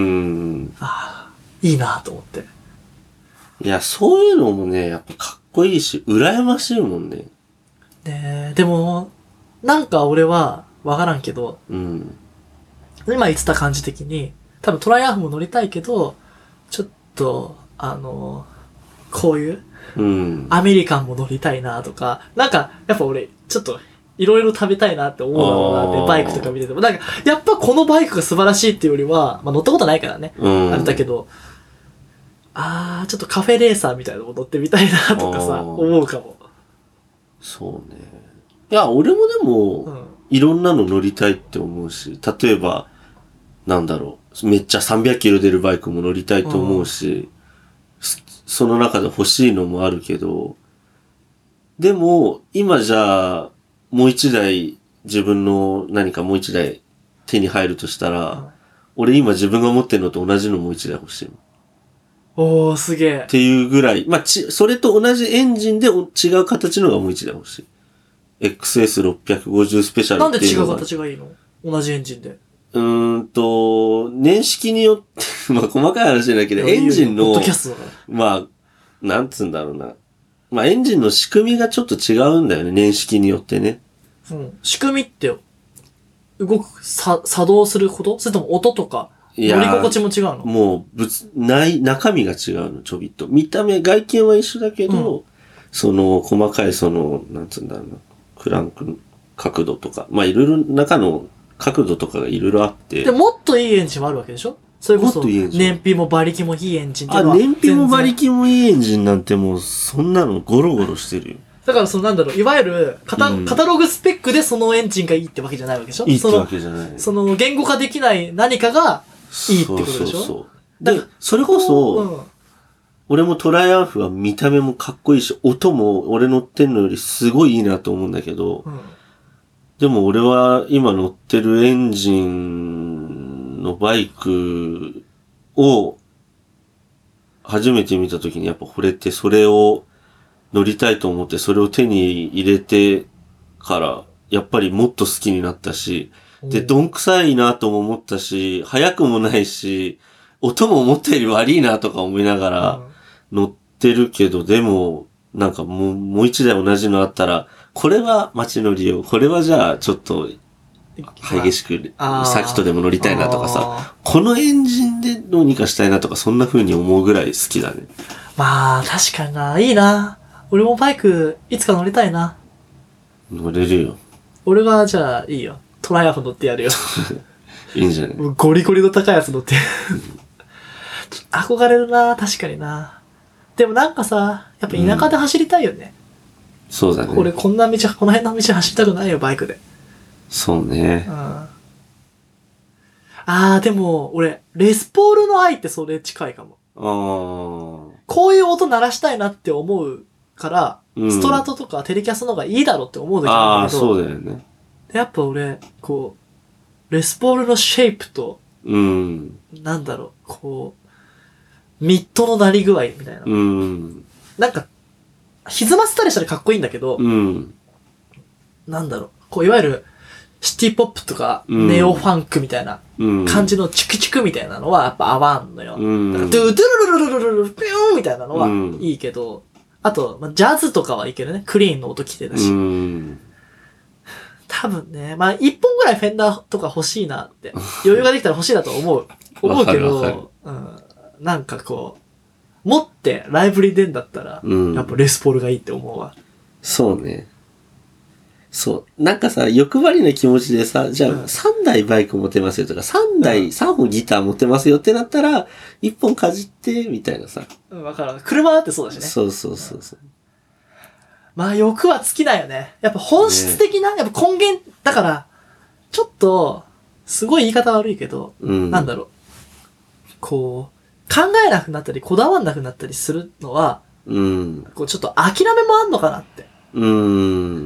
ああ、いいなと思って。 いや、そういうのもね、やっぱかっこいいし、羨ましいもんね。 ねえ、でも、なんか俺は、わからんけど、うん、今言ってた感じ的に、多分トライアンフも乗りたいけど、ちょっと、あの、こういう、うん、アメリカンも乗りたいなとか、なんか、やっぱ俺、ちょっと、いろいろ食べたいなって思うだろうなって、バイクとか見てても、なんか、やっぱこのバイクが素晴らしいっていうよりは、まあ乗ったことないからね、うん、あれだけど、あー、ちょっとカフェレーサーみたいなのも乗ってみたいなとかさ、思うかも。 そうね。いや、俺もでも、うんいろんなの乗りたいって思うし、例えば、なんだろう、めっちゃさんびゃくキロ出るバイクも乗りたいと思うし、うん、その中で欲しいのもあるけど、でも、今じゃあ、もう一台、自分の何かもう一台手に入るとしたら、うん、俺今自分が持ってるのと同じのもう一台欲しいの。 おー、すげえ。 っていうぐらい、まあ、ち、それと同じエンジンで違う形のがもう一台欲しい。エックスエスろっぴゃくごじゅう スペシャルっていうのが。 なんで違う形がいいの？同じエンジンで。 うーんと、年式によって、まあ細かい話だけど、エンジンの、まあ、なんつうんだろうな。まあエンジンの仕組みがちょっと違うんだよね、年式によってね。 うん。仕組みって、動く、さ、作動することそれとも音とか、乗り心地も違うの？ もう、ぶつ、ない、中身が違うの、ちょびっと。見た目、外見は一緒だけど、うん、その、細かいその、なんつうんだろうな。クランク角度とか、まあいろいろ中の角度とかがいろいろあって。 でもっといいエンジンもあるわけでしょ？それこそ燃費も馬力もいいエンジンっていうのは。 あ、燃費も馬力もいいエンジンなんてもうそんなのゴロゴロしてるよ。 だからそのなんだろう、いわゆるカタ、うん、カタログスペックでそのエンジンがいいってわけじゃないわけでしょ？ いいってわけじゃない。 その、その言語化できない何かがいいってことでしょ？そうそうそう。 で、それこそ、うん俺もトライアンフは見た目もかっこいいし、音も俺乗ってんのよりすごいいいなと思うんだけど、うん、でも俺は今乗ってるエンジンのバイクを初めて見た時にやっぱ惚れて、それを乗りたいと思ってそれを手に入れてから、やっぱりもっと好きになったし、 で、どんくさいなとも思ったし、速くもないし、音も思ったより悪いなとか思いながら乗ってるけど、でも、なんかもう、もう一台同じのあったら、これは街乗り用、これはじゃあちょっと、激しく、先とでも乗りたいなとかさ、このエンジンでどうにかしたいなとか、そんな風に思うぐらい好きだね。 まあ、確かにな。いいな。俺もバイク、いつか乗りたいな。 乗れるよ。 俺が、じゃあ、いいよ。トライアフ乗ってやるよ。 いいんじゃない？ ゴリゴリの高いやつ乗って。憧れるな、確かにな。でもなんかさ、やっぱ田舎で走りたいよね。 うん、そうだね。 俺こんな道、この辺の道走りたくないよ、バイクで。 そうね。 うん。あー、でも、俺、レスポールの愛ってそれ近いかも。 ああ。 こういう音鳴らしたいなって思うから、 うん、 ストラトとかテレキャスの方がいいだろうって思う時なんだけど。 ああ、そうだよね。 やっぱ俺、こう、レスポールのシェイプと、 うん。 なんだろう、こう、ミッドの鳴り具合みたいな。 うん。 なんか、歪ませたりしたらかっこいいんだけど、 うん。 なんだろう、こう、いわゆる、シティポップとか、ネオファンクみたいな感じのチクチクみたいなのはやっぱ合わんのよ。うん、だからドゥドゥルルルルルルルピューンみたいなのはいいけど、うん、あと、まあ、ジャズとかはいけるね。クリーンの音きてだし。うん、多分ね、まあ一本ぐらいフェンダーとか欲しいなって。余裕ができたら欲しいなと思う。思うけど、うん、なんかこう、持ってライブに出んだったら、うん、やっぱレスポールがいいって思うわ。 そうね。そう。なんかさ、欲張りな気持ちでさ、じゃあさんだいバイク持てますよとか、さんだい、さんぼんギター持てますよってなったら、いっぽんかじって、みたいなさ。 うん、わかる。車だってそうだしね。 そうそうそうそう。 まあ欲は尽きないよね。やっぱ本質的な、ね、やっぱ根源、だから、ちょっと、すごい言い方悪いけど、うん、なんだろう。こう、考えなくなったり、こだわんなくなったりするのは、うん、こうちょっと諦めもあんのかなって。うん。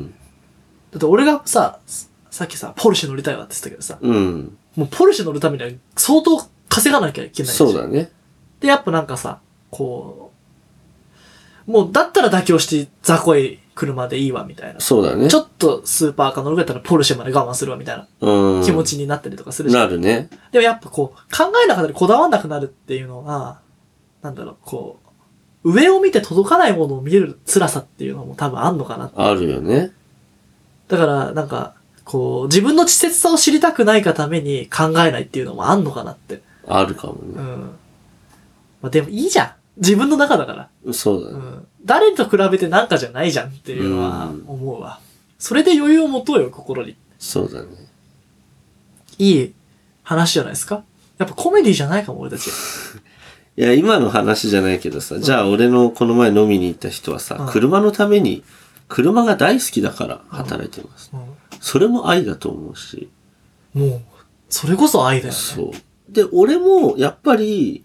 だって俺がさ、さっきさ、ポルシェ乗りたいわって言ったけどさ、うん、もうポルシェ乗るためには相当稼がなきゃいけないし。 そうだね。 で、やっぱなんかさ、こう、もうだったら妥協して雑魚い車でいいわみたいな。 そうだね。 ちょっとスーパーカー乗るぐらいだったらポルシェまで我慢するわみたいな気持ちになったりとかするし。なるね。 でもやっぱこう、考えなかったりこだわんなくなるっていうのは、なんだろう、こう、上を見て届かないものを見れる辛さっていうのも多分あんのかなって。 あるよね。 だから、なんか、こう、自分の稚拙さを知りたくないがために考えないっていうのもあんのかなって。 あるかもね。うん。 まあ、でもいいじゃん。自分の中だから。 そうだね。 うん。誰と比べてなんかじゃないじゃんっていうのは思うわ。うん、それで余裕を持とうよ、心に。 そうだね。 いい話じゃないですか？やっぱコメディじゃないかも、俺たち。 いや、今の話じゃないけどさ、うん、じゃあ俺のこの前飲みに行った人はさ、うん、車のために、車が大好きだから働いてます、うんうん。それも愛だと思うし。 もう、それこそ愛だよね。 そう。で、俺も、やっぱり、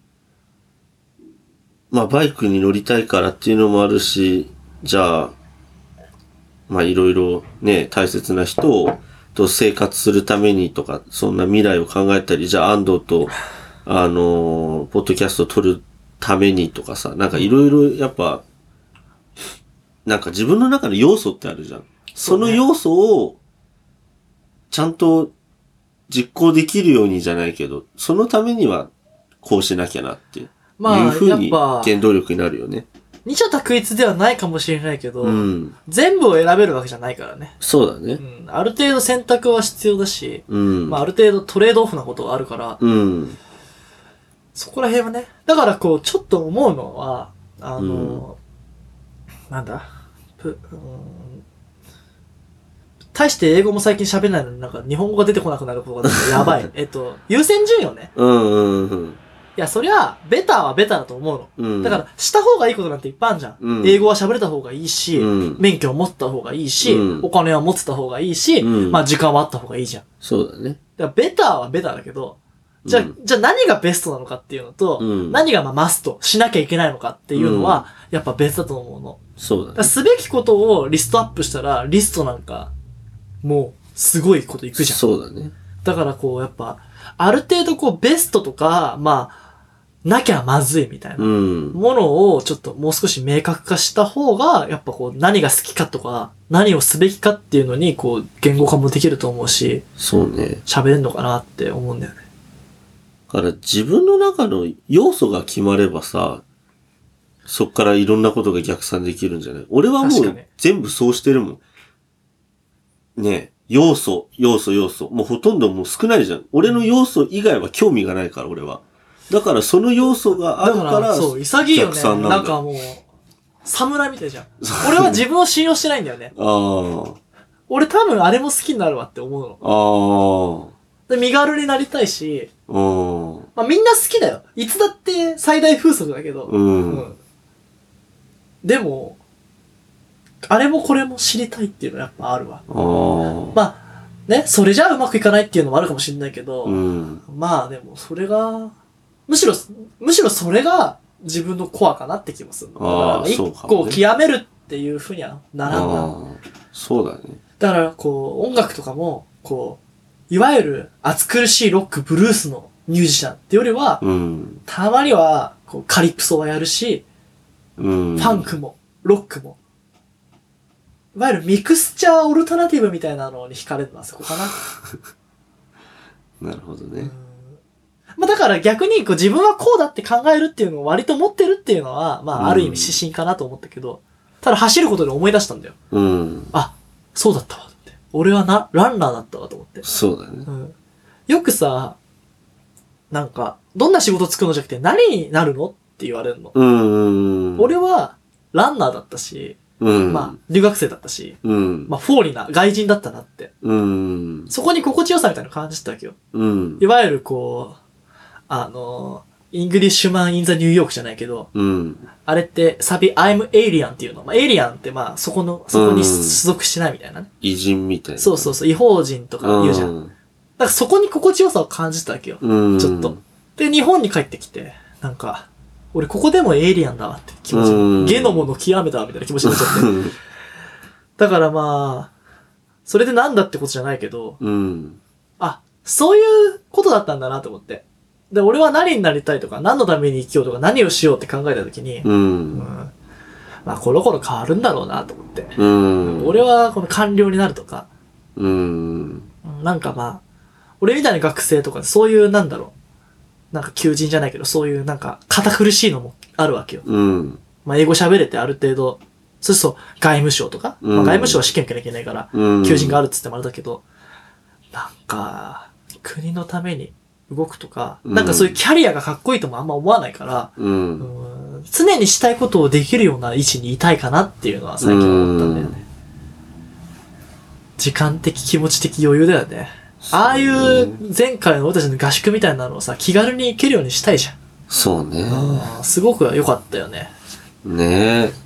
まあ、バイクに乗りたいからっていうのもあるし、じゃあ、まあ、いろいろね、大切な人と生活するためにとか、そんな未来を考えたり、じゃあ安藤と、あのー、ポッドキャスト撮るためにとかさ、なんかいろいろやっぱ、なんか自分の中の要素ってあるじゃん。その要素を、ちゃんと実行できるようにじゃないけど、そのためにはこうしなきゃなっていうふうに原動力になるよね。 二者択一ではないかもしれないけど、うん、全部を選べるわけじゃないからね。 そうだね。 うん、ある程度選択は必要だし、うん、まあある程度トレードオフなことがあるから、うん、そこら辺はね。だからこう、ちょっと思うのは、あの、うん、なんだ、ぷ、うん、大して英語も最近喋れないのになんか日本語が出てこなくなることがやばい。えっと、優先順位をね。うんうんうん。いや、そりゃ、ベターはベターだと思うの。うん、だから、した方がいいことなんていっぱいあるじゃん。うん、英語は喋れた方がいいし、うん、免許を持った方がいいし、うん、お金は持ってた方がいいし、うん、まあ時間はあった方がいいじゃん。 そうだね。 だから、ベターはベターだけど、じゃあ、うん、じゃあ何がベストなのかっていうのと、うん、何がまあマストしなきゃいけないのかっていうのは、うん、やっぱ別だと思うの。 そうだね。だからすべきことをリストアップしたら、リストなんか、もう、すごいこといくじゃん。 そうだね。 だからこう、やっぱ、ある程度こう、ベストとか、まあ、 なきゃまずいみたいなものをちょっともう少し明確化した方が、やっぱこう何が好きかとか、何をすべきかっていうのにこう言語化もできると思うし、 そうね。 喋れんのかなって思うんだよね。 だから自分の中の要素が決まればさ、そっからいろんなことが逆算できるんじゃない？俺はもう全部そうしてるもん。ねえ、要素、要素、要素。もうほとんどもう少ないじゃん。俺の要素以外は興味がないから、俺は。だからその要素があるから、だからそう、潔いよね。なんなんかもう、侍みたいじゃん。俺は自分を信用してないんだよね。ああ。俺多分あれも好きになるわって思うの。ああ。で、身軽になりたいし、うん。まあみんな好きだよ。いつだって最大風速だけど。うん。うん、でも、あれもこれも知りたいっていうのはやっぱあるわ。ああ。まあ、ね、それじゃあうまくいかないっていうのもあるかもしれないけど、うん、まあでもそれが、むしろ、むしろそれが自分のコアかなって気もする。ああ、一個極めるっていうふうにはならんな。 そうだね。 だからこう、音楽とかも、こう、いわゆる暑苦しいロック、ブルースのミュージシャンってよりは、うん、たまにはこうカリプソはやるし、うん、ファンクも、ロックも、いわゆるミクスチャーオルタナティブみたいなのに惹かれるのはそこかな。なるほどね。 まあだから逆にこう自分はこうだって考えるっていうのを割と持ってるっていうのは、まあある意味指針かなと思ったけど、ただ走ることで思い出したんだよ。うん。あ、そうだったわって。俺はな、ランナーだったわと思って。 そうだね。 うん。よくさ、なんか、どんな仕事作るのじゃなくて何になるのって言われるの。うん。俺はランナーだったし、うん、まあ、留学生だったし、うん、まあ、フォーリーな外人だったなって。うん、そこに心地よさみたいなの感じてたわけよ。うん、いわゆるこう、あの、イングリッシュマン・イン・ザ・ニューヨークじゃないけど、うん、あれってサビ I'm Alien っていうの。まあ、エイリアンってまあ、そこの、そこに所属してないみたいなね。 偉人みたいな。 そうそうそう、異邦人とか言うじゃん。うん、だからそこに心地よさを感じてたわけよ。うん、ちょっと。で、日本に帰ってきて、なんか、俺ここでもエイリアンだわって気持ち、うん、ゲノモの極めたわみたいな気持ちになっちゃって。だからまあ、それでなんだってことじゃないけど、うん、あ、そういうことだったんだなと思って。で、俺は何になりたいとか、何のために生きようとか、何をしようって考えたときに、うんうん、まあ、コロコロ変わるんだろうなと思って。うん、俺はこの官僚になるとか、うん、なんかまあ、俺みたいな学生とか、そういうなんだろう、なんか求人じゃないけど、そういうなんか堅苦しいのもあるわけよ。うん。まあ英語喋れてある程度、そうすると外務省とか、うん、まあ外務省は試験受けなきゃいけないから、うん、求人があるっつってもあれだけど、なんか、国のために動くとか、うん、なんかそういうキャリアがかっこいいともあんま思わないから、うん、うん常にしたいことをできるような位置にいたいかなっていうのは最近思ったんだよね。うん、時間的気持ち的余裕だよね。ああいう前回の俺たちの合宿みたいなのをさ、気軽に行けるようにしたいじゃん。 そうね。 すごく良かったよね。 ねえ。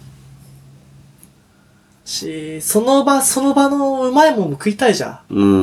し、その場その場のうまいもんも食いたいじゃん。うん。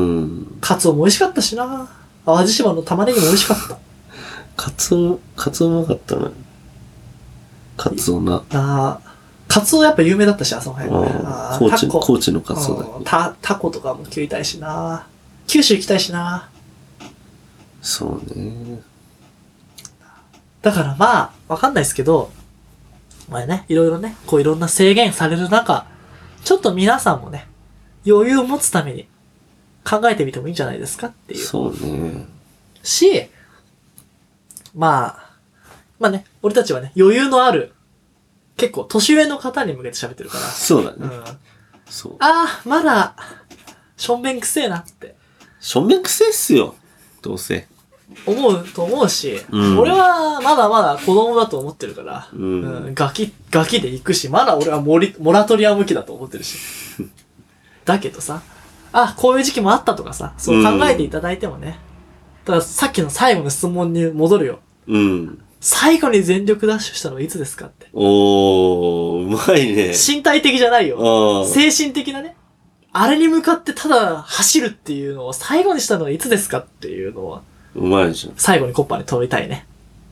カツオも美味しかったしな。淡路島の玉ねぎも美味しかった。 カツオ、カツオうまかったね。カツオな。 ああ。カツオやっぱ有名だったし、あその辺ね。 ああ。高知、高知のカツオだっけ。 タ、タコとかも食いたいしな。九州行きたいしな。 そうね。 だからまあ、わかんないですけど、まあね、いろいろね、こういろんな制限される中、ちょっと皆さんもね、余裕を持つために考えてみてもいいんじゃないですかっていう。 そうね。 し、まあ、まあね、俺たちはね、余裕のある、結構年上の方に向けて喋ってるから。 そうだね。うん。 そう。ああ、まだ、しょんべんくせえなって。 しょんべんくせえっすよ。どうせ。 思うと思うし、うん、俺はまだまだ子供だと思ってるから、うん、うん、ガキ、ガキで行くし、まだ俺はモリ、モラトリアム期だと思ってるし。だけどさ、あ、こういう時期もあったとかさ、そう考えていただいてもね。うん、だからさっきの最後の質問に戻るよ。うん。最後に全力ダッシュしたのはいつですかって。 おー、うまいね。 身体的じゃないよ。精神的なね。あれに向かってただ走るっていうのを最後にしたのはいつですかっていうのは。 うまいじゃん。 最後にコッパに通りたいね。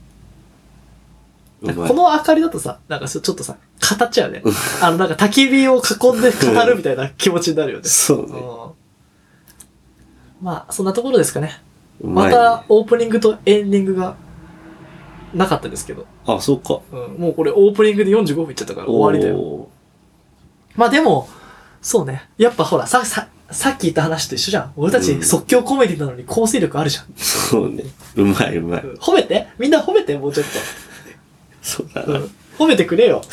この明かりだとさ、なんかちょっとさ、語っちゃうね。あのなんか焚き火を囲んで語るみたいな気持ちになるよね。 そうね。 まあ、そんなところですかね。またオープニングとエンディングがなかったですけど。 あ、そうか。 うん。もうこれオープニングでよんじゅうごふんいっちゃったから終わりだよ。まあでも、そうね。やっぱほら、さ、さ、さっき言った話と一緒じゃん。俺たち即興コメディなのに構成力あるじゃん。 そうね。うまいうまい。 うん、褒めてみんな褒めてもうちょっと。 そうだな、うん。 褒めてくれよ。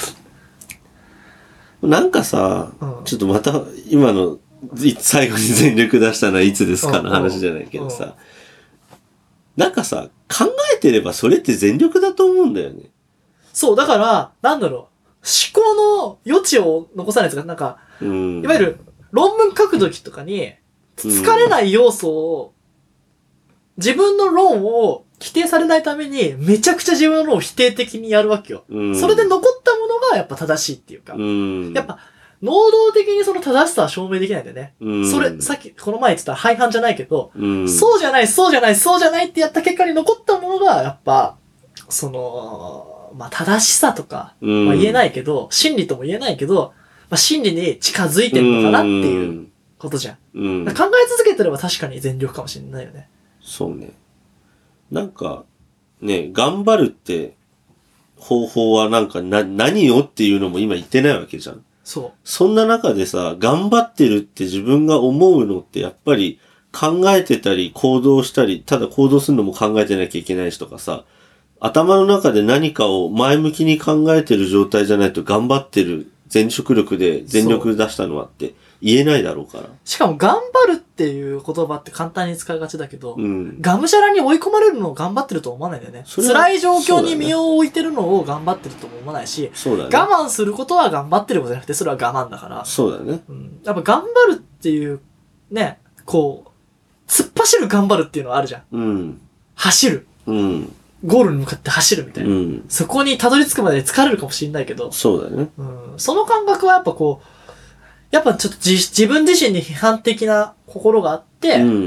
なんかさ、うん、ちょっとまた今の最後に全力出したのはいつですかの話じゃないけどさ、うんうん、なんかさ、考えてればそれって全力だと思うんだよね。 そう、だから、なんだろう。思考の余地を残さないですかなんか、うん、いわゆる論文書くときとかに、疲れない要素を、自分の論を否定されないために、めちゃくちゃ自分の論を否定的にやるわけよ。うん、それで残ったものがやっぱ正しいっていうか、うん、やっぱ、能動的にその正しさは証明できないんだよね。うん、それ、さっき、この前言ってた廃反じゃないけど、うん、そうじゃない、そうじゃない、そうじゃないってやった結果に残ったものが、やっぱ、その、まあ、正しさとか、まあ、言えないけど、真理とも言えないけど、まあ、真理に近づいてるのかなっていうことじゃん。うん、考え続けてれば確かに全力かもしれないよね。 そうね。なんか、ね、頑張るって方法はなんかな、何をっていうのも今言ってないわけじゃん。 そう。 そんな中でさ、頑張ってるって自分が思うのってやっぱり考えてたり行動したり、ただ行動するのも考えてなきゃいけないしとかさ、頭の中で何かを前向きに考えてる状態じゃないと頑張ってる全職力で全力出したのはって言えないだろうから。 しかも頑張るっていう言葉って簡単に使いがちだけど、うん、がむしゃらに追い込まれるのを頑張ってると思わないんだよね。辛い状況に身を置いてるのを頑張ってるとも思わないし、 そうだね、 我慢することは頑張ってることじゃなくてそれは我慢だから。 そうだね。 うん、やっぱ頑張るっていうね、こう、突っ走る頑張るっていうのはあるじゃん。うん、走る。うんゴールに向かって走るみたいな。うん、そこにたどり着くまで疲れるかもしれないけど。 そうだね。 うん。その感覚はやっぱこう、やっぱちょっと自、自分自身に批判的な心があって、うんうん、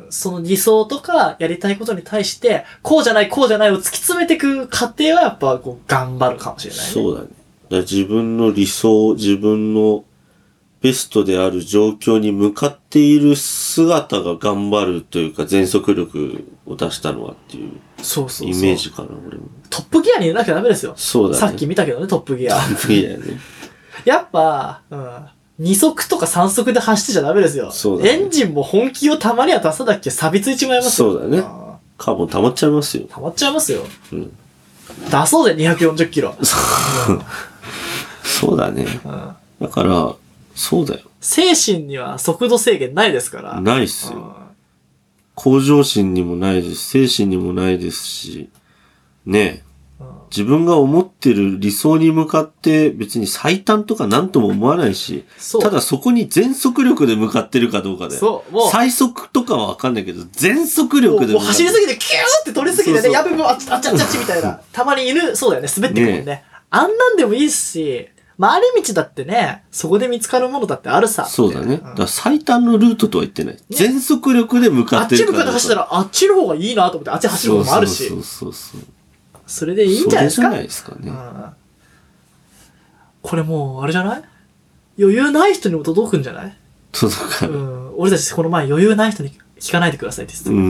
その理想とかやりたいことに対して、こうじゃない、こうじゃないを突き詰めていく過程はやっぱこう頑張るかもしれないね。 そうだね。だから自分の理想、自分のベストである状況に向かっている姿が頑張るというか全速力を出したのはっていうそうそうそうイメージかな、俺も。 トップギアにいなきゃダメですよ。 そうだね。 さっき見たけどね、トップギア。 トップギアね。 やっぱ、うん。二足とか三足で走ってちゃダメですよ。そうだね。エンジンも本気をたまには出さなきゃ錆びついちまいますよ。そうだね。カーボン溜まっちゃいますよ。 溜まっちゃいますよ。うん。出そうでにひゃくよんじゅっキロ。 そう。うん、そうだね。うん。だから、そうだよ。 精神には速度制限ないですから。 ないっすよ。向上心にもないです。精神にもないですし、ねえ、うん。自分が思ってる理想に向かって別に最短とかなんとも思わないし、ただそこに全速力で向かってるかどうかで。そう。もう最速とかはわかんないけど、全速力でもう走りすぎてキューって取りすぎてね、そうそうやべもうあっちあっちあっちみたいな。たまに犬、そうだよね、滑ってくるもんね。ねあんなんでもいいし、回り道だってね、そこで見つかるものだってあるさ。 そうだね。うん、だから最短のルートとは言ってない。ね、全速力で向かってるから。あっち向かって走ったら、あっちの方がいいなと思って、あっち走る方もあるし。そうそうそうそう。それでいいんじゃないですか。 それじゃないですかね。うん、 これもう、あれじゃない余裕ない人にも届くんじゃない届かない。うん。俺たちこの前余裕ない人に聞かないでくださいって言ってたけど。うん。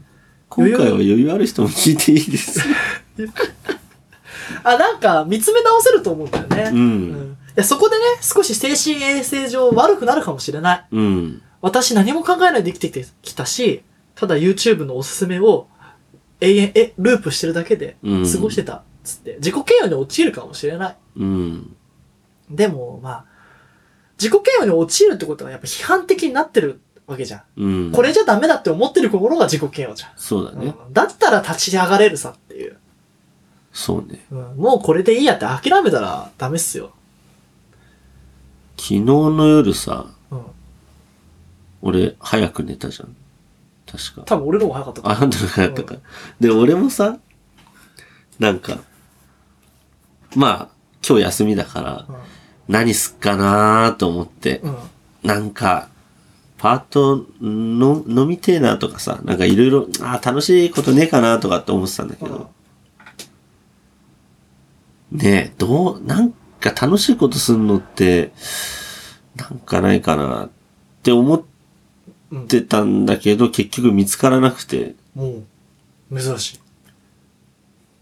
今回は余裕ある人も聞いていいです。 あ、なんか、見つめ直せると思うんだよね。うん。うん、いや、そこでね、少し精神衛生上悪くなるかもしれない。うん。私何も考えないで生きてきたし、ただ YouTube のおすすめを永遠、え、ループしてるだけで過ごしてた。つって、自己嫌悪に陥るかもしれない。うん。でも、まあ、自己嫌悪に陥るってことはやっぱ批判的になってるわけじゃん。うん。これじゃダメだって思ってる心が自己嫌悪じゃん。 そうだね。 うん、だったら立ち上がれるさっていう。 そうね、 うん。もうこれでいいやって諦めたらダメっすよ。 昨日の夜さ、うん、俺早く寝たじゃん。確か。 多分俺の方が早かったか。 あ、あんたの方が早かったか、うん。で、俺もさ、なんか、まあ、今日休みだから、うん、何すっかなーと思って、うん、なんか、パートの飲みてえなとかさ、なんかいろいろ、あー楽しいことねえかなとかって思ってたんだけど、うんねえ、どう、なんか楽しいことすんのって、なんかないかなって思ってたんだけど、うん、結局見つからなくて。 もう、珍しい。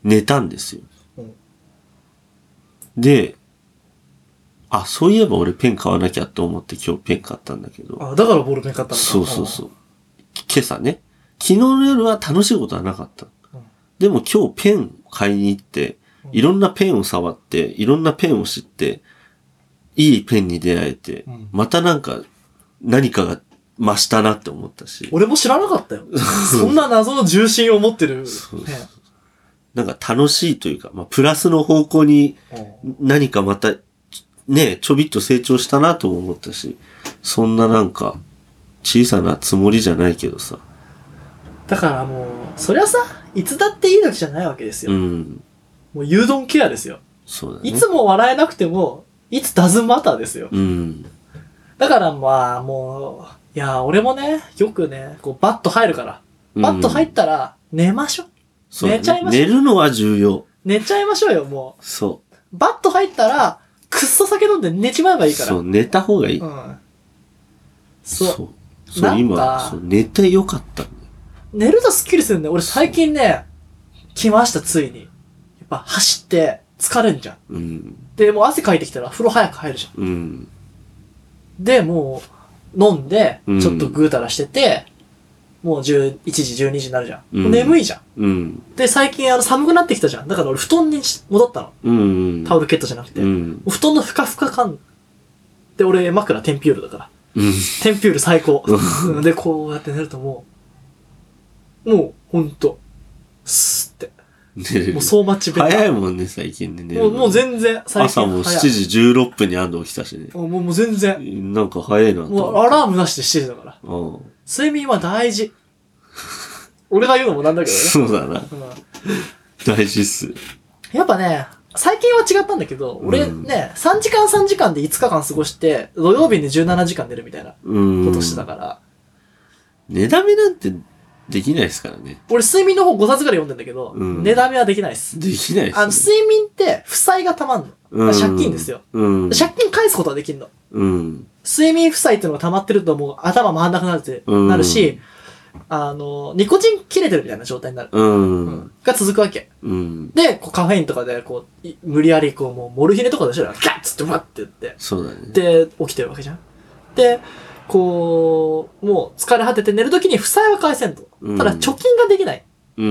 寝たんですよ。 うん、 で、あ、そういえば俺ペン買わなきゃと思って今日ペン買ったんだけど。 あ、だからボールペン買ったのか。 そうそうそう。今朝ね。昨日の夜は楽しいことはなかった。うん、でも今日ペン買いに行って、いろんなペンを触って、いろんなペンを知って、いいペンに出会えて、うん、またなんか何かが増したなって思ったし。 俺も知らなかったよ。そんな謎の重心を持ってる。 そうそう、なんか楽しいというか、まあ、プラスの方向に何かまたね、ちょびっと成長したなとも思ったし、そんななんか小さなつもりじゃないけどさ。 だからもう、そりゃさ、いつだっていい時じゃないわけですよ。うん、もうユードンケアですよ。 そうだね。 いつも笑えなくても、いつダズンマターですよ。うん、だからまあもう、いや、俺もね、よくね、こうバット入るから。バット入ったら寝ましょう。 そうね、 寝ちゃいましょう。 寝るのは重要。 寝ちゃいましょうよ、もう。 そう。 バット入ったら、くっそ酒飲んで寝ちまえばいいから。 そう、寝た方がいい。うん。 そう。 そう。そう、今、そう、寝てよかったんだよ。 寝るとスッキリするんだよ。俺最近ね、来ました、ついに。やっぱ走って、疲れんじゃん。うん。で、もう汗かいてきたら風呂早く入るじゃん。うん。で、もう、飲んで、ちょっとぐうたらしてて、うん、もうじゅういちじ、じゅうにじになるじゃん。うん、もう眠いじゃん。うん。で、最近あの寒くなってきたじゃん。だから俺布団に戻ったの。うん。タオルケットじゃなくて。うん。布団のふかふか感。で、俺枕テンピュールだから。うん。テンピュール最高。で、こうやって寝るともう、もう、ほんと、スーって。もうそうマッチベター。 早いもんね、最近ね。 もう、もう全然、 最近朝もしちじじゅうろっぷんに安藤来たしね。 もう、もう全然。 なんか早いなと。 もうアラームなしでしちじだから。うん。睡眠は大事。俺が言うのもなんだけどね。 そうだな。うん、大事っす。 やっぱね、最近は違ったんだけど、俺ね、うん、さんじかんさんじかんでいつかかん過ごして、土曜日にじゅうななじかん寝るみたいなことしてたから。 寝だめなんてできないですからね。 俺睡眠の本ごさつぐらい読んでんだけど、うん、寝だめはできないっす。 できないっす、ね。 あの、睡眠って負債がたまんの。うん、借金ですよ、うん。借金返すことはできんの。うん、睡眠負債っていうのが溜まってるともう頭回んなくなるって、なるし、あの、ニコチン切れてるみたいな状態になる。うんうん、が続くわけ。うん、で、こうカフェインとかで、こう、無理やり、こう、もう、モルヒネとかでしょガッつってわって言って。 そうだね。 で、起きてるわけじゃん。で、こう、もう疲れ果てて寝るときに負債は返せんと。うん、ただ貯金ができない。うん。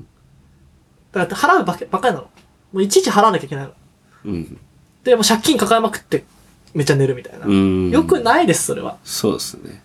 だから払うばっかりなの。もういちいち払わなきゃいけないの。うん。で、もう借金抱えまくって、めっちゃ寝るみたいな。うん。よくないです、それは。 そうですね。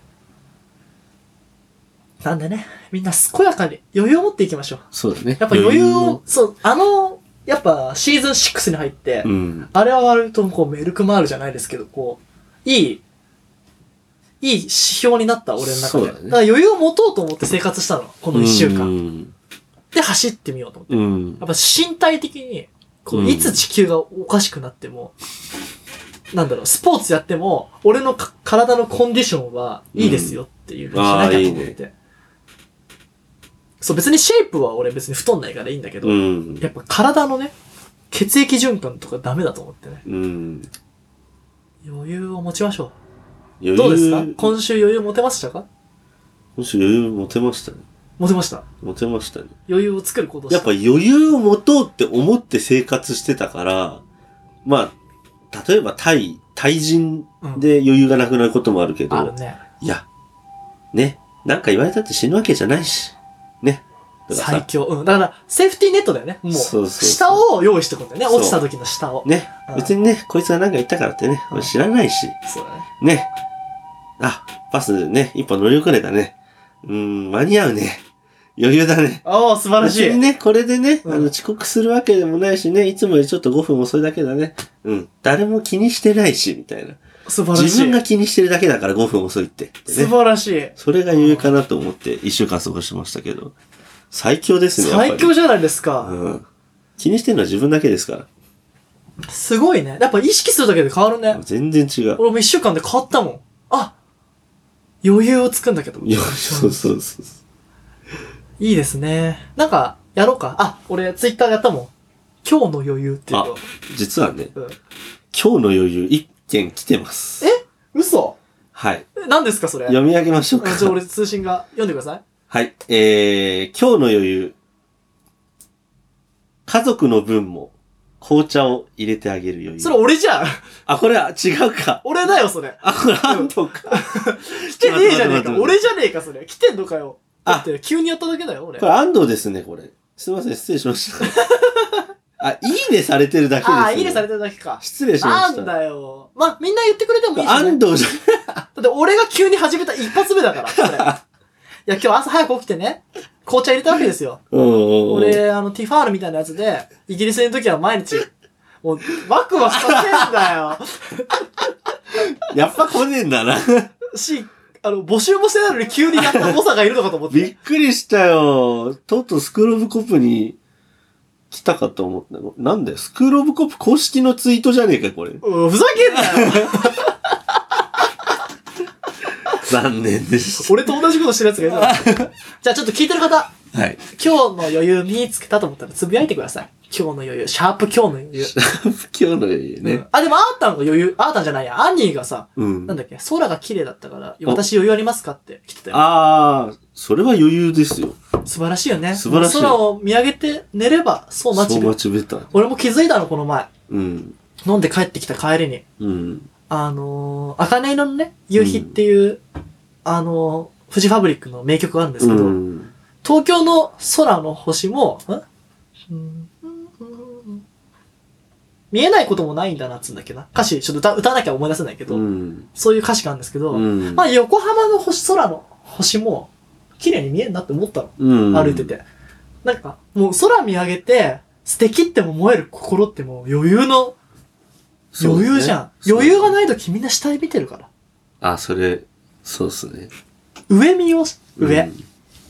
なんでね、みんな健やかに余裕を持っていきましょう。 そうだね。 やっぱ余裕を、そう、あの、やっぱシーズンシックスに入って、うん、あれは割とこうメルクマールじゃないですけど、こう、いい、いい指標になった俺の中で。だね、だから余裕を持とうと思って生活したの、この一週間。うん、で、走ってみようと思って。うん、やっぱ身体的に、こういつ地球がおかしくなっても、うん、なんだろう、スポーツやっても、俺の体のコンディションはいいですよっていうふうにしなきゃと思って。うん、いいね、そう、別にシェイプは俺別に太んないからいいんだけど、うん、やっぱ体のね、血液循環とかダメだと思ってね。うん、余裕を持ちましょう。どうですか？今週余裕持てましたか？ 今週余裕持てましたね。 持てました。 持てましたね。 余裕を作る行動した。 やっぱ余裕を持とうって思って生活してたから、まあ、例えば対、対人で余裕がなくなることもあるけど、うん、あるね。いや、ね、なんか言われたって死ぬわけじゃないし。ね。 最強。うん。だから、セーフティーネットだよね。もう。そうそうそう。下を用意しておくんだよね。落ちた時の下を。 ね。うん、別にね、こいつが何か言ったからってね、俺知らないし。そうだね。ね。あ、パスね、一本乗り遅れたね。うーん、間に合うね。余裕だね。 ああ、素晴らしい。 別にね、これでね、うん、あの、遅刻するわけでもないしね、いつもよりちょっとごふん遅いだけだね。うん。誰も気にしてないし、みたいな。 素晴らしい。 自分が気にしてるだけだからごふん遅いって、ね。 素晴らしい。 それが余裕かなと思って一週間過ごしましたけど。最強ですね、やっぱり。 最強じゃないですか。 うん。気にしてるのは自分だけですから。 すごいね。やっぱ意識するだけで変わるね。 全然違う。 俺も一週間で変わったもん。あ、余裕をつくんだけど。 いや、そうそうそう。 いいですね。なんか、やろうか。あ、俺ツイッターやったもん。今日の余裕っていうの。 あ、実はね、うん、今日の余裕一件来てます。 え？嘘？ はい。 何ですかそれ？ 読み上げましょうか。 じゃあ俺通信が読んでください。 はい。えー、今日の余裕。 家族の分も紅茶を入れてあげる余裕。 それ俺じゃん。 あ、これは違うか。 俺だよ、それ。 あ、これ安藤か。 来てねえじゃねえか。俺じゃねえか、それ。来てんのかよ。だって急にやっただけだよ、俺。 これ安藤ですね、これ。すいません、失礼しました。あ、いいねされてるだけです、ね。 ああ、いいねされてるだけか。 失礼しました。 なんだよ。まあ、みんな言ってくれてもいいし、ね。 安藤じゃだって俺が急に始めた一発目だから、それ。いや、今日朝早く起きてね、紅茶入れたわけですよ。 うんうんうん、 俺、あの、ティファールみたいなやつで、イギリスにいる時は毎日、もう、ワクワクさせんだよ。 やっぱ来ねえんだな。 し、あの、募集もしてないのに急にやった猛者がいるのかと思って。 びっくりしたよ。とうとうスクールオブコップに来たかと思った。なんだよ、スクールオブコップ公式のツイートじゃねえか、これ。 うん、ふざけんなよ。 残念でした。 俺と同じことしてるやつがいるから。じゃあちょっと聞いてる方。はい。今日の余裕見つけたと思ったらつぶやいてください。今日の余裕。シャープ今日の余裕。 シャープ今日の余裕ね。うん、 あ、でもあーたんが余裕、あーたんじゃないや、アンニーがさ、 うん、 なんだっけ、空が綺麗だったから、私余裕ありますかって来てたよ。 ああ、それは余裕ですよ。 素晴らしいよね。 素晴らしい。 空を見上げて寝れば、そうマチベ。 そうマチベタ。 俺も気づいたの、この前。 うん。 飲んで帰ってきた帰りに。 うん。 あのー、茜色のね、夕日っていう、うん、あのー、フジファブリックの名曲があるんですけど、うん、東京の空の星も、んうん見えないこともないんだなっつうんだっけな。歌詞、ちょっと歌歌わなきゃ思い出せないけど、うん、そういう歌詞があるんですけど、うん、まあ横浜の星空の星も綺麗に見えんなって思ったの。うん、歩いてて。なんか、もう空見上げて、素敵っても思える心ってもう余裕の、余裕じゃん。ね、余裕がないときみんな下で見てるから。 あ、それ、そうっすね。 上見よう、上、うん。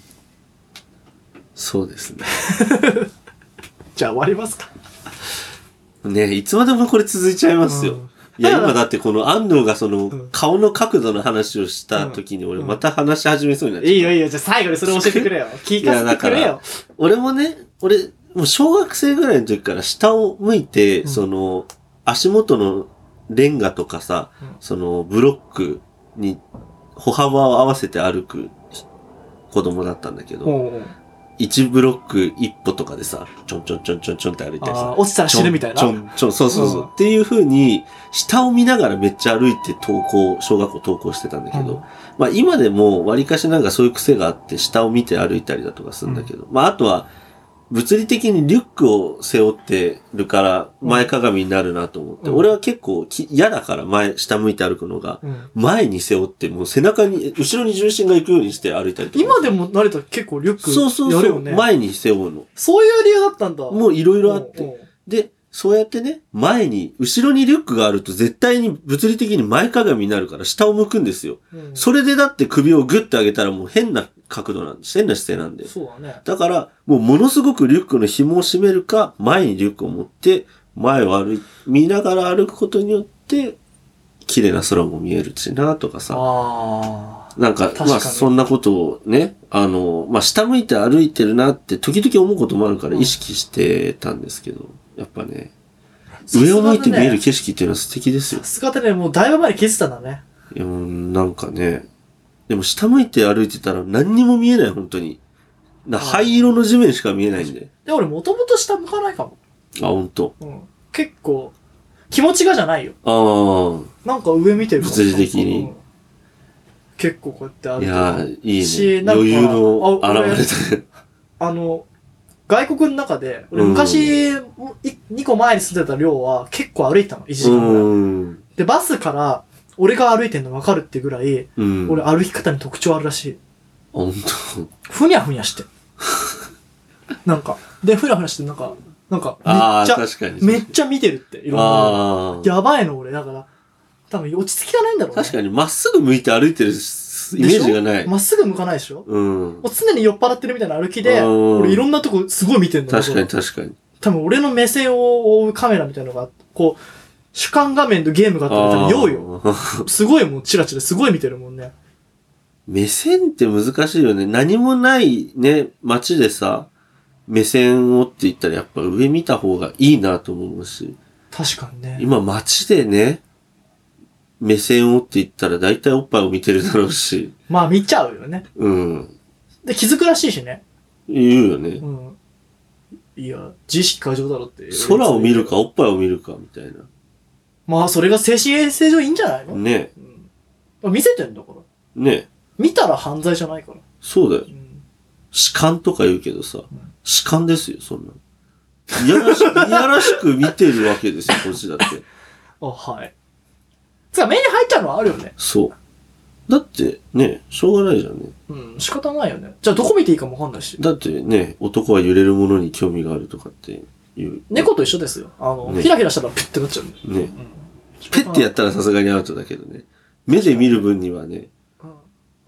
そうですね。 じゃあ終わりますか。 ね、いつまでもこれ続いちゃいますよ。うん、いや、今だってこの安藤がその、顔の角度の話をした時に俺また話し始めそうになっちゃった。 いいよいいよ、じゃあ最後にそれ教えてくれよ。聞かせてくれよ。 俺もね、俺、もう小学生ぐらいの時から下を向いて、うん、その、足元のレンガとかさ、うん、その、ブロックに歩幅を合わせて歩く子供だったんだけど、うんうん一ブロック一歩とかでさ、ちょんちょんちょんちょんちょんって歩いてさ。 落ちたら死ぬみたいな。 ちょんちょん、そうそうそう。うん、っていう風に、下を見ながらめっちゃ歩いて登校、小学校登校してたんだけど、うん、まあ今でも割かしなんかそういう癖があって下を見て歩いたりだとかするんだけど、うん、まああとは、物理的にリュックを背負ってるから前かがみになるなと思って、うん、俺は結構嫌だから前、下向いて歩くのが、前に背負ってもう背中に、後ろに重心が行くようにして歩いたりとか。 今でも慣れたら結構リュックやるよね。そうそうそう。 前に背負うの。 そういう理由だったんだ。 もういろいろあって。で、そうやってね、前に、後ろにリュックがあると絶対に物理的に前かがみになるから下を向くんですよ。うん、それでだって首をグッて上げたらもう変な角度なんです。変な姿勢なんで。 そうだね。 だから、もうものすごくリュックの紐を締めるか、前にリュックを持って、前を歩い、見ながら歩くことによって、綺麗な空も見えるしなとかさ。 あなんか、かまあそんなことをね、あの、まあ下向いて歩いてるなって時々思うこともあるから意識してたんですけど、やっぱね、上を向いて見える景色っていうのは素敵ですよ。 さすがでね、もうだいぶ前に気づいたんだね。 いや、なんかね、でも下向いて歩いてたら何にも見えない、本当に。な灰色の地面しか見えないんで。 で、俺もともと下向かないかも。 あ、ほんと。 うん。結構、気持ちがじゃないよ。 ああ。 なんか上見てる物理的に、うん。 結構こうやって歩いてる。 いやいいね。余裕の現れてあの、外国の中で、俺昔、うん、にこまえに住んでた寮は結構歩いてたの、いちじかんぐらい。うん、で、バスから俺が歩いてんの分かるってぐらい、うん、俺歩き方に特徴あるらしい。 ほんとふにゃふにゃして。なんか、で、ふにゃふにゃしてなんか、なんか、めっちゃ、確かにめっちゃ見てるって、いろんな。やばいの俺、だから、多分落ち着きがないんだろうね。 確かに、まっすぐ向いて歩いてるイメージがない。 まっすぐ向かないでしょ。 うん。 もう常に酔っ払ってるみたいな歩きで、俺いろんなとこすごい見てんだよ。確かに確かに。 多分俺の目線を追うカメラみたいなのが、こう、主観画面とゲームがあったら多分酔うよ。すごいもうチラチラすごい見てるもんね。 目線って難しいよね。何もないね、街でさ、目線をって言ったらやっぱ上見た方がいいなと思うし。 確かにね。 今街でね、目線をって言ったら大体おっぱいを見てるだろうし。 まあ見ちゃうよね。 うん。 で、気づくらしいしね。 言うよね。 うん。 いや、自意識過剰だろって。 空を見るか、おっぱいを見るか、みたいな。 まあ、それが精神衛生上いいんじゃないのねえ。 うん、見せてんだから。 ねえ。 見たら犯罪じゃないから。 そうだよ。うん、痴漢とか言うけどさ、うん、痴漢ですよ、そんな。いやらしく、いやらしく見てるわけですよ、こっちだって。 あ、はい。つか、目に入っちゃうのはあるよね。 そう。だって、ね、しょうがないじゃんね。 うん、仕方ないよね。じゃあ、どこ見ていいかもわかんないし。 だってね、男は揺れるものに興味があるとかっていう。 猫と一緒ですよ。あの、ね、ひらひらしたらピッてなっちゃうんだよ。ね。うん、 ペッてやったらさすがにアウトだけどね。目で見る分にはね、うん、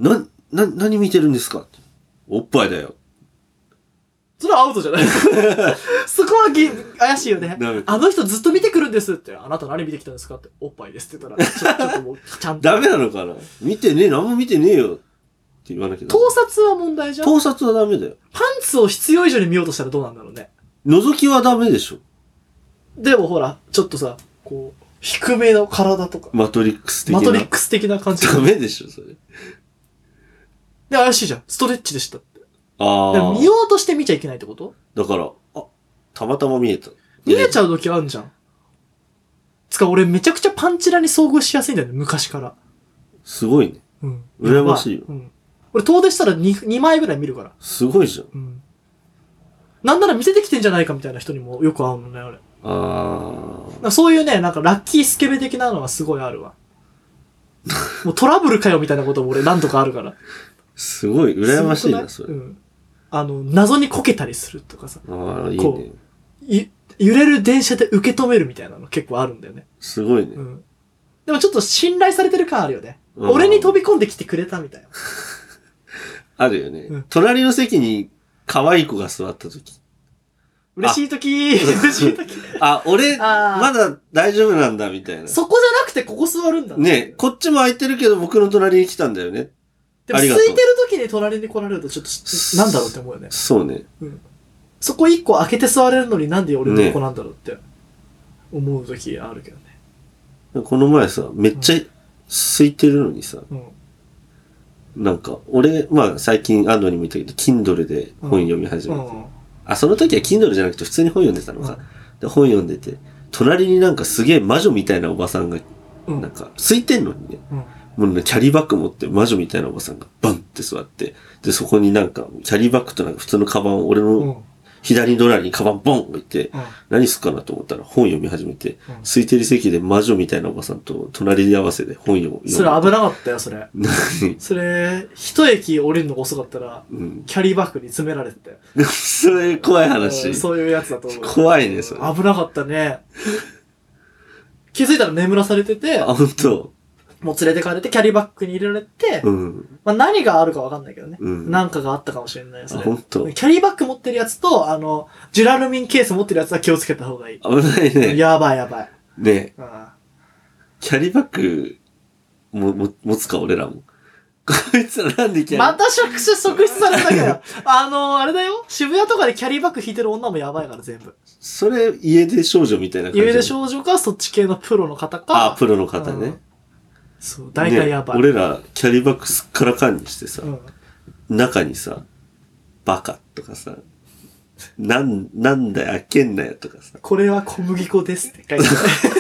な、な、何見てるんですかって。おっぱいだよ。 それはアウトじゃないそこはぎ怪しいよね。あの人ずっと見てくるんですって。あなた何見てきたんですかって。おっぱいですって言ったら、ちょちょっともう、ちゃんと。 ダメなのかな見てねえ、何も見てねえよ。って言わなきゃ。 盗撮は問題じゃん。 盗撮はダメだよ。 パンツを必要以上に見ようとしたらどうなんだろうね。 覗きはダメでしょ。 でもほら、ちょっとさ、こう、低めの体とか。 マトリックス的な。 マトリックス的な感じ。 ダメでしょ、それ。で、 怪しいじゃん。ストレッチでしたって。 ああ。 見ようとして見ちゃいけないってこと？ だから、あ、たまたま見えた。 見えちゃう時あるじゃん。つか、俺めちゃくちゃパンチラに遭遇しやすいんだよね、昔から。 すごいね。うん。羨ましいよ。うん。 俺遠出したら 2, 2枚ぐらい見るから。 すごいじゃん。 うん。なんなら見せてきてんじゃないかみたいな人にもよく会うのね、俺。 ああ。そういうね、なんかラッキースケベ的なのがすごいあるわ。もうトラブルかよみたいなことも俺何とかあるから。 すごい、羨ましいな、それ。うん。 あの、謎にこけたりするとかさ。 ああ、いいね。 い、揺れる電車で受け止めるみたいなの結構あるんだよね。 すごいね。 うん。でもちょっと信頼されてる感あるよね。俺に飛び込んできてくれたみたいな。 あるよね。うん、隣の席に可愛い子が座った時。 嬉しい時嬉しい時あ、俺、まだ大丈夫なんだ、みたいな。 そこじゃなくてここ座るんだね。ね、こっちも空いてるけど僕の隣に来たんだよね。 でも空いてる時に隣に来られるとちょっと、なんだろうって思うよね。 そうね。 うん。そこ一個開けて座れるのになんで俺の横なんだろうって思う時あるけどね。 ね、この前さ、めっちゃ空いてるのにさ、うん、なんか、俺、まあ最近安藤にも言ったけど、Kindle で本読み始めて、うんうん、あ、その時は Kindle じゃなくて普通に本読んでたのか。うん、で、本読んでて、隣になんかすげえ魔女みたいなおばさんが、なんか、空いてんのにね、うん、もうね、キャリーバッグ持って魔女みたいなおばさんがバンって座って、で、そこになんか、キャリーバッグとなんか普通のカバンを俺の左隣にカバンボン置いて、うん、何すっかなと思ったら本読み始めて、うん、空いてる席で魔女みたいなおばさんと隣り合わせで本読む。 それ危なかったよ、それ。それ、一駅降りるのが遅かったら、うん、キャリーバッグに詰められてたよ。 そういう怖い話。 そういうやつだと思う。 怖いね、それ。 危なかったね。気づいたら眠らされてて、 あ、本当。 もう連れてかれて、キャリーバッグに入れられて、うん、まあ何があるかわかんないけどね。うん、なんかがあったかもしれないよ、それ。 本当。 キャリーバッグ持ってるやつと、あの、ジュラルミンケース持ってるやつは気をつけた方がいい。 危ないね。 やばいやばい。 ねえ。キャリーバッグも、も、持つか、俺らも。こいつらなんでキャリーまた職種職質されたけど。あの、あれだよ。渋谷とかでキャリーバッグ引いてる女もやばいから、全部。 それ、家出少女みたいな感じ。 家出少女か、そっち系のプロの方か。 あ、プロの方ね。うん、 そう、大体やばい、 ね。俺ら、キャリーバッグすっからかんにしてさ、うん、中にさ、バカとかさ、なん、なんだよ、開けんなよとかさ。 これは小麦粉ですって書いてある。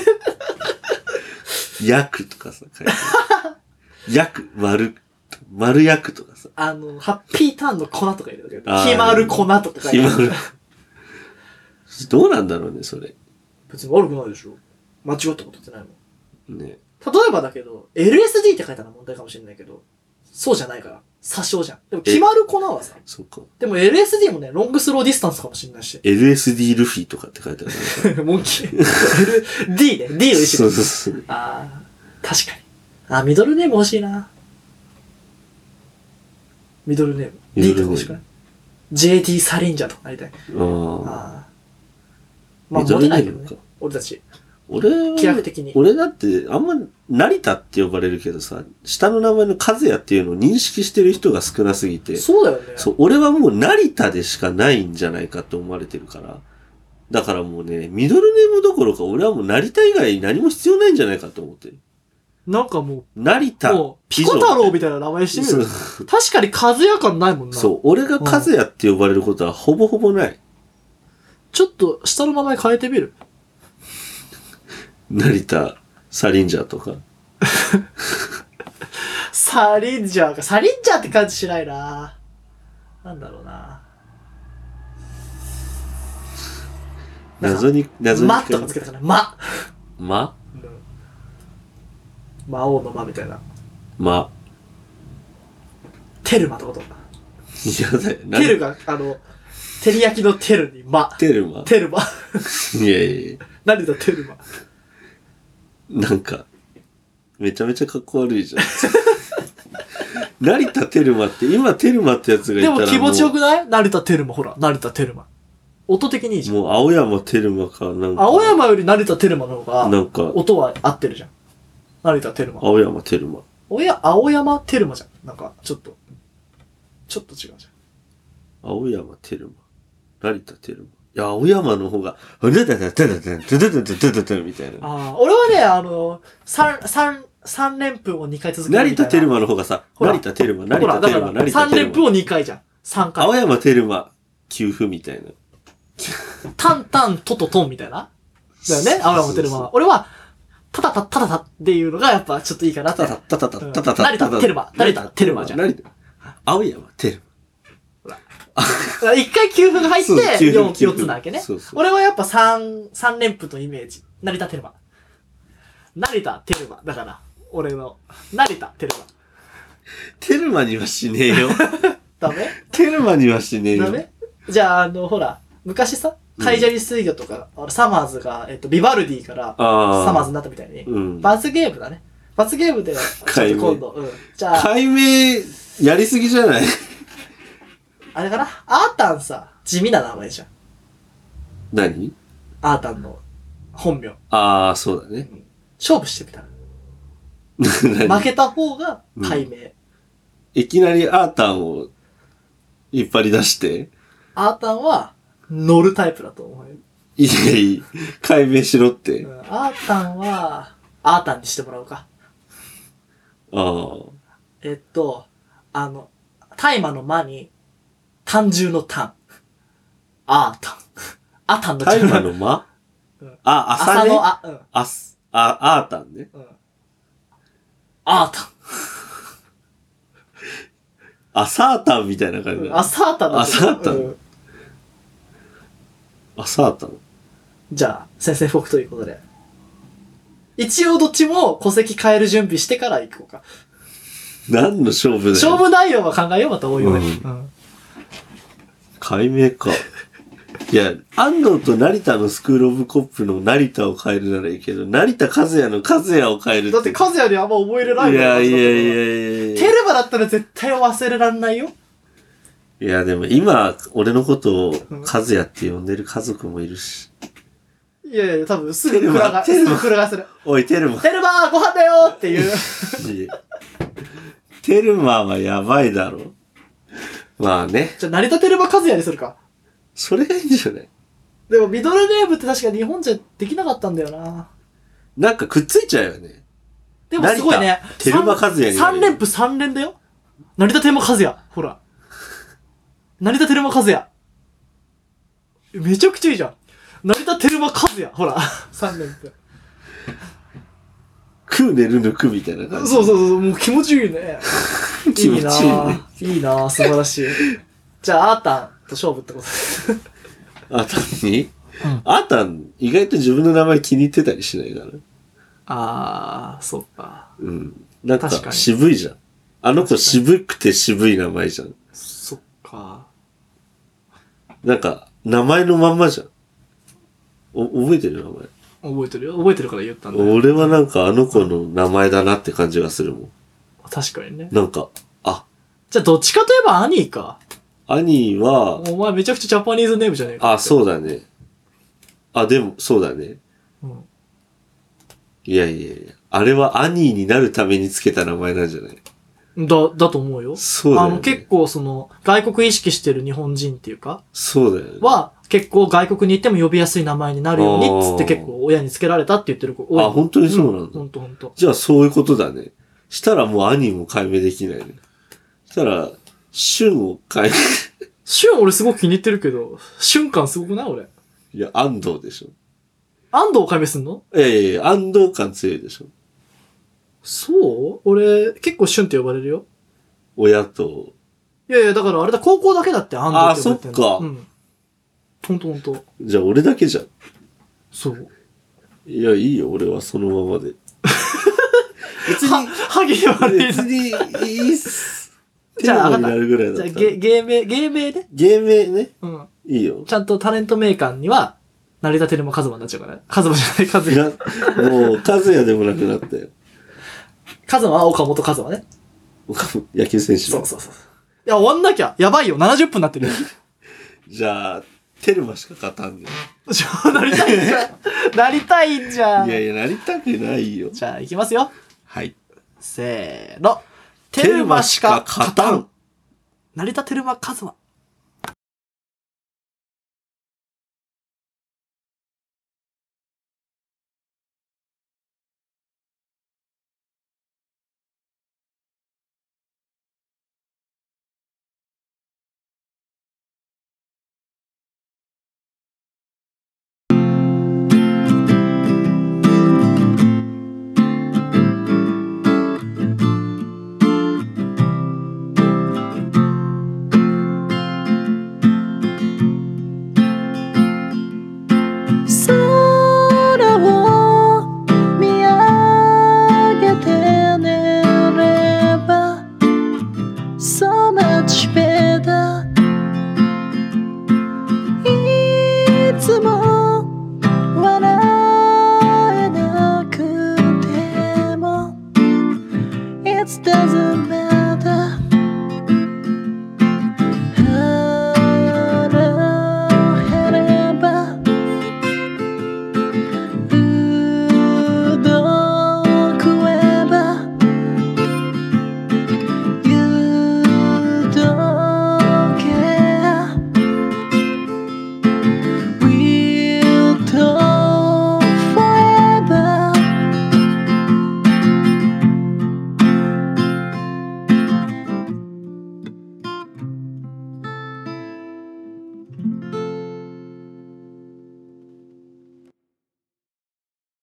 焼くとかさ、書いてある。焼く、丸、丸焼くとかさ。 あの、ハッピーターンの粉とか入れるけど、決まる粉とか書いてある。 どうなんだろうね、それ。 別に悪くないでしょ。間違ったことってないもん。 ね。 例えばだけど、エルエスディー って書いたら問題かもしれないけど、そうじゃないから。詐称じゃん。でも決まる粉はさ。 そうか。 でも エルエスディー もね、ロングスローディスタンスかもしれないし。 エルエスディー ルフィとかって書いてある、 ね。モンキー。L、D ね。D を一緒そうそうそう。 ああ、確かに。あ、ミドルネーム欲しいな。ミドルネーム。D って欲しくない ?ジェーティー サリンジャーとかなりたい。ああ。まあ、モテないけどね。俺たち。 俺は、 規約的に。 俺だって、あんま、成田って呼ばれるけどさ、下の名前の和也っていうのを認識してる人が少なすぎて。 そうだよね。 そう、俺はもう成田でしかないんじゃないかって思われてるから。だからもうね、ミドルネームどころか俺はもう成田以外何も必要ないんじゃないかと思ってる。 なんかもう、 成田。 もう、ピコ太郎みたいな名前してみる。確かに和也感ないもんな。 そう、俺が和也って呼ばれることはほぼほぼない。 ちょっと下の名前変えてみる？ 成田サリンジャーとか。 サリンジャーか。サリンジャーって感じしないな。なんだろうな。 謎に、謎に。 魔とかつけたかな。魔。 魔？ うん、魔王の魔みたいな。 魔。 テルマってこと？ やだよ。 テルが、あの、照り焼きのテルに魔。 テルマ？ テルマ。 いやいやいや。 何だテルマ。 なんか、めちゃめちゃかっこ悪いじゃん。成田テルマって、今テルマってやつがいたらもう。 でも気持ちよくない？成田テルマ、ほら、成田テルマ。音的にいいじゃん。 もう青山テルマか、なんか。 青山より成田テルマの方が、 なんか、 音は合ってるじゃん。成田テルマ。 青山テルマ。 おや、青山テルマじゃん。なんか、ちょっと、ちょっと違うじゃん。 青山テルマ。成田テルマ。いや、青山の方が、うだだだだだだだだだだだみたいな。 ああ、俺はね、あの、三、三、三連符をにかい続けるみたいな。 成田テルマの方がさ、成田テルマ、成田テルマ、成田テルマ。 三連符をにかいじゃん。三回。 青山テルマ、給付みたいな。 タンタントトトンみたいな。だよね、青山テルマは。俺は、タタタタタタっていうのがやっぱちょっといいかなって。 タタタタタタタタ。 成田テルマ、成田テルマじゃん。 青山テルマ。 一回給付が入って、四つなわけね。 そうそう。 俺はやっぱ三、三連符のイメージ。成田テルマ。成田テルマ。だから、俺の、成田テルマ。 テルマにはしねえよ。 ダメ？ テルマにはしねえよ。 ダメ？じゃあ、あの、ほら、昔さ、カイジャリ水魚とか、うん、サマーズが、えっと、ビバルディから、サマーズになったみたいに、うん、罰ゲームだね。罰ゲームで、ちょっと今度、うん。じゃあ。 解明、やりすぎじゃない？ あれかな？アータンさ、地味な名前じゃん。 何？ アータンの本名。 ああ、そうだね。 うん、勝負してみたら。負けた方が解明、うん。 いきなりアータンを引っ張り出して。 アータンは乗るタイプだと思うよ。 いやいや、解明しろって。 うん、アータンは、アータンにしてもらおうか。 ああ。 えっと、あの、大麻の間に、単純の単。アータン。アタンの大麻の間、うん、あ、朝ね。朝のあ、うん。あす、あ、アータンね。うん。 アータン。 アサータンみたいな感じだ、 うん。アサータンアサータン。うん、アサータン。 じゃあ、先生フォークということで。一応どっちも戸籍変える準備してから行こうか。 何の勝負だよ。 勝負内容は考えようまた多いよね。うん。うん、 解明か。いや、安藤と成田のスクールオブコップの成田を変えるならいいけど、成田和也の和也を変えるって。 だって和也にあんま覚えれないもん。いやいやいやいやテルマだったら絶対忘れらんないよ。 いや、でも今、俺のことを和也って呼んでる家族もいるし。 いやいや、多分すぐくらが、すぐくらがする。 おい、テルマ。 テルマご飯だよっていう。 テルマはやばいだろ。まあね。 じゃあ、成田テルマ和也にするか。 それがいいんじゃない？でも、ミドルネームって確か日本じゃできなかったんだよな。 なんかくっついちゃうよね。 でもすごいね。 テルマ和也に。 三連符三連だよ。成田テルマ和也。ほら。成田テルマ和也。めちゃくちゃいいじゃん。成田テルマ和也。ほら。三連符。 食う寝る抜くみたいな感じ。 そうそうそう。もう気持ちいいね。 気持ちいいね。 いいなぁ。素晴らしい。じゃあ、アータンと勝負ってことです。 アータンに、うん、アータン、意外と自分の名前気に入ってたりしないかな。 あー、そうか。 うん。なんか、渋いじゃん。あの子渋くて渋い名前じゃん。 そっか。 なんか、名前のまんまじゃん。お、覚えてる名前。 覚えてるよ。覚えてるから言ったんだよ。 俺はなんかあの子の名前だなって感じがするもん。 確かにね。 なんか、あ。 じゃあどっちかといえばアニーか。 アニーは、 お前めちゃくちゃジャパニーズネームじゃねえか。 あ、そうだね。あ、でも、そうだね。うん。いやいやいや。あれはアニーになるためにつけた名前なんじゃない？ だ、だと思うよ。 そうだよね。 あの結構その、外国意識してる日本人っていうか。 そうだよね。 は、結構外国に行っても呼びやすい名前になるようにっつって結構親につけられたって言ってる子多い。 あ、本当にそうなんだ。 ほんとほんと。 じゃあそういうことだね。したらもうアニーも解明できないね。したら、シュンを解明。 シュン俺すごく気に入ってるけど、瞬間すごくない俺。 いや、安藤でしょ。 安藤を解明すんの？ ええー、安藤感強いでしょ。 そう俺、結構シュンって呼ばれるよ。 親と。 いやいや、だからあれだ、高校だけだって安藤って呼ばれてんの。 あ、そっか。 うん。ほんとほんと。 じゃあ俺だけじゃん。 そう。 いや、いいよ、俺はそのままで。別に、 ハゲ悪いな。 別にいいっす。 じゃあ、 テーマになるぐらいだったら。 じゃあ、ゲ、芸名、芸名ね。 芸名ね。 うん。 いいよ。 ちゃんとタレント名鑑には、成田テルマカズマになっちゃうから。カズマじゃない、カズいヤ。 や、もう、和也でもなくなったよ。 カズマは岡本カズマね。 野球選手。 そうそうそう。いや、終わんなきゃ。やばいよ。ななじゅっぷんになってるよ。 じゃあ、テルマしか勝たんねじゃあ、なりたいんじゃん。なりたいんじゃん。 いやいや、なりたくないよ。 じゃあ、いきますよ。 はい。 せーの。テルマしか勝たん。成田テルマカズマ。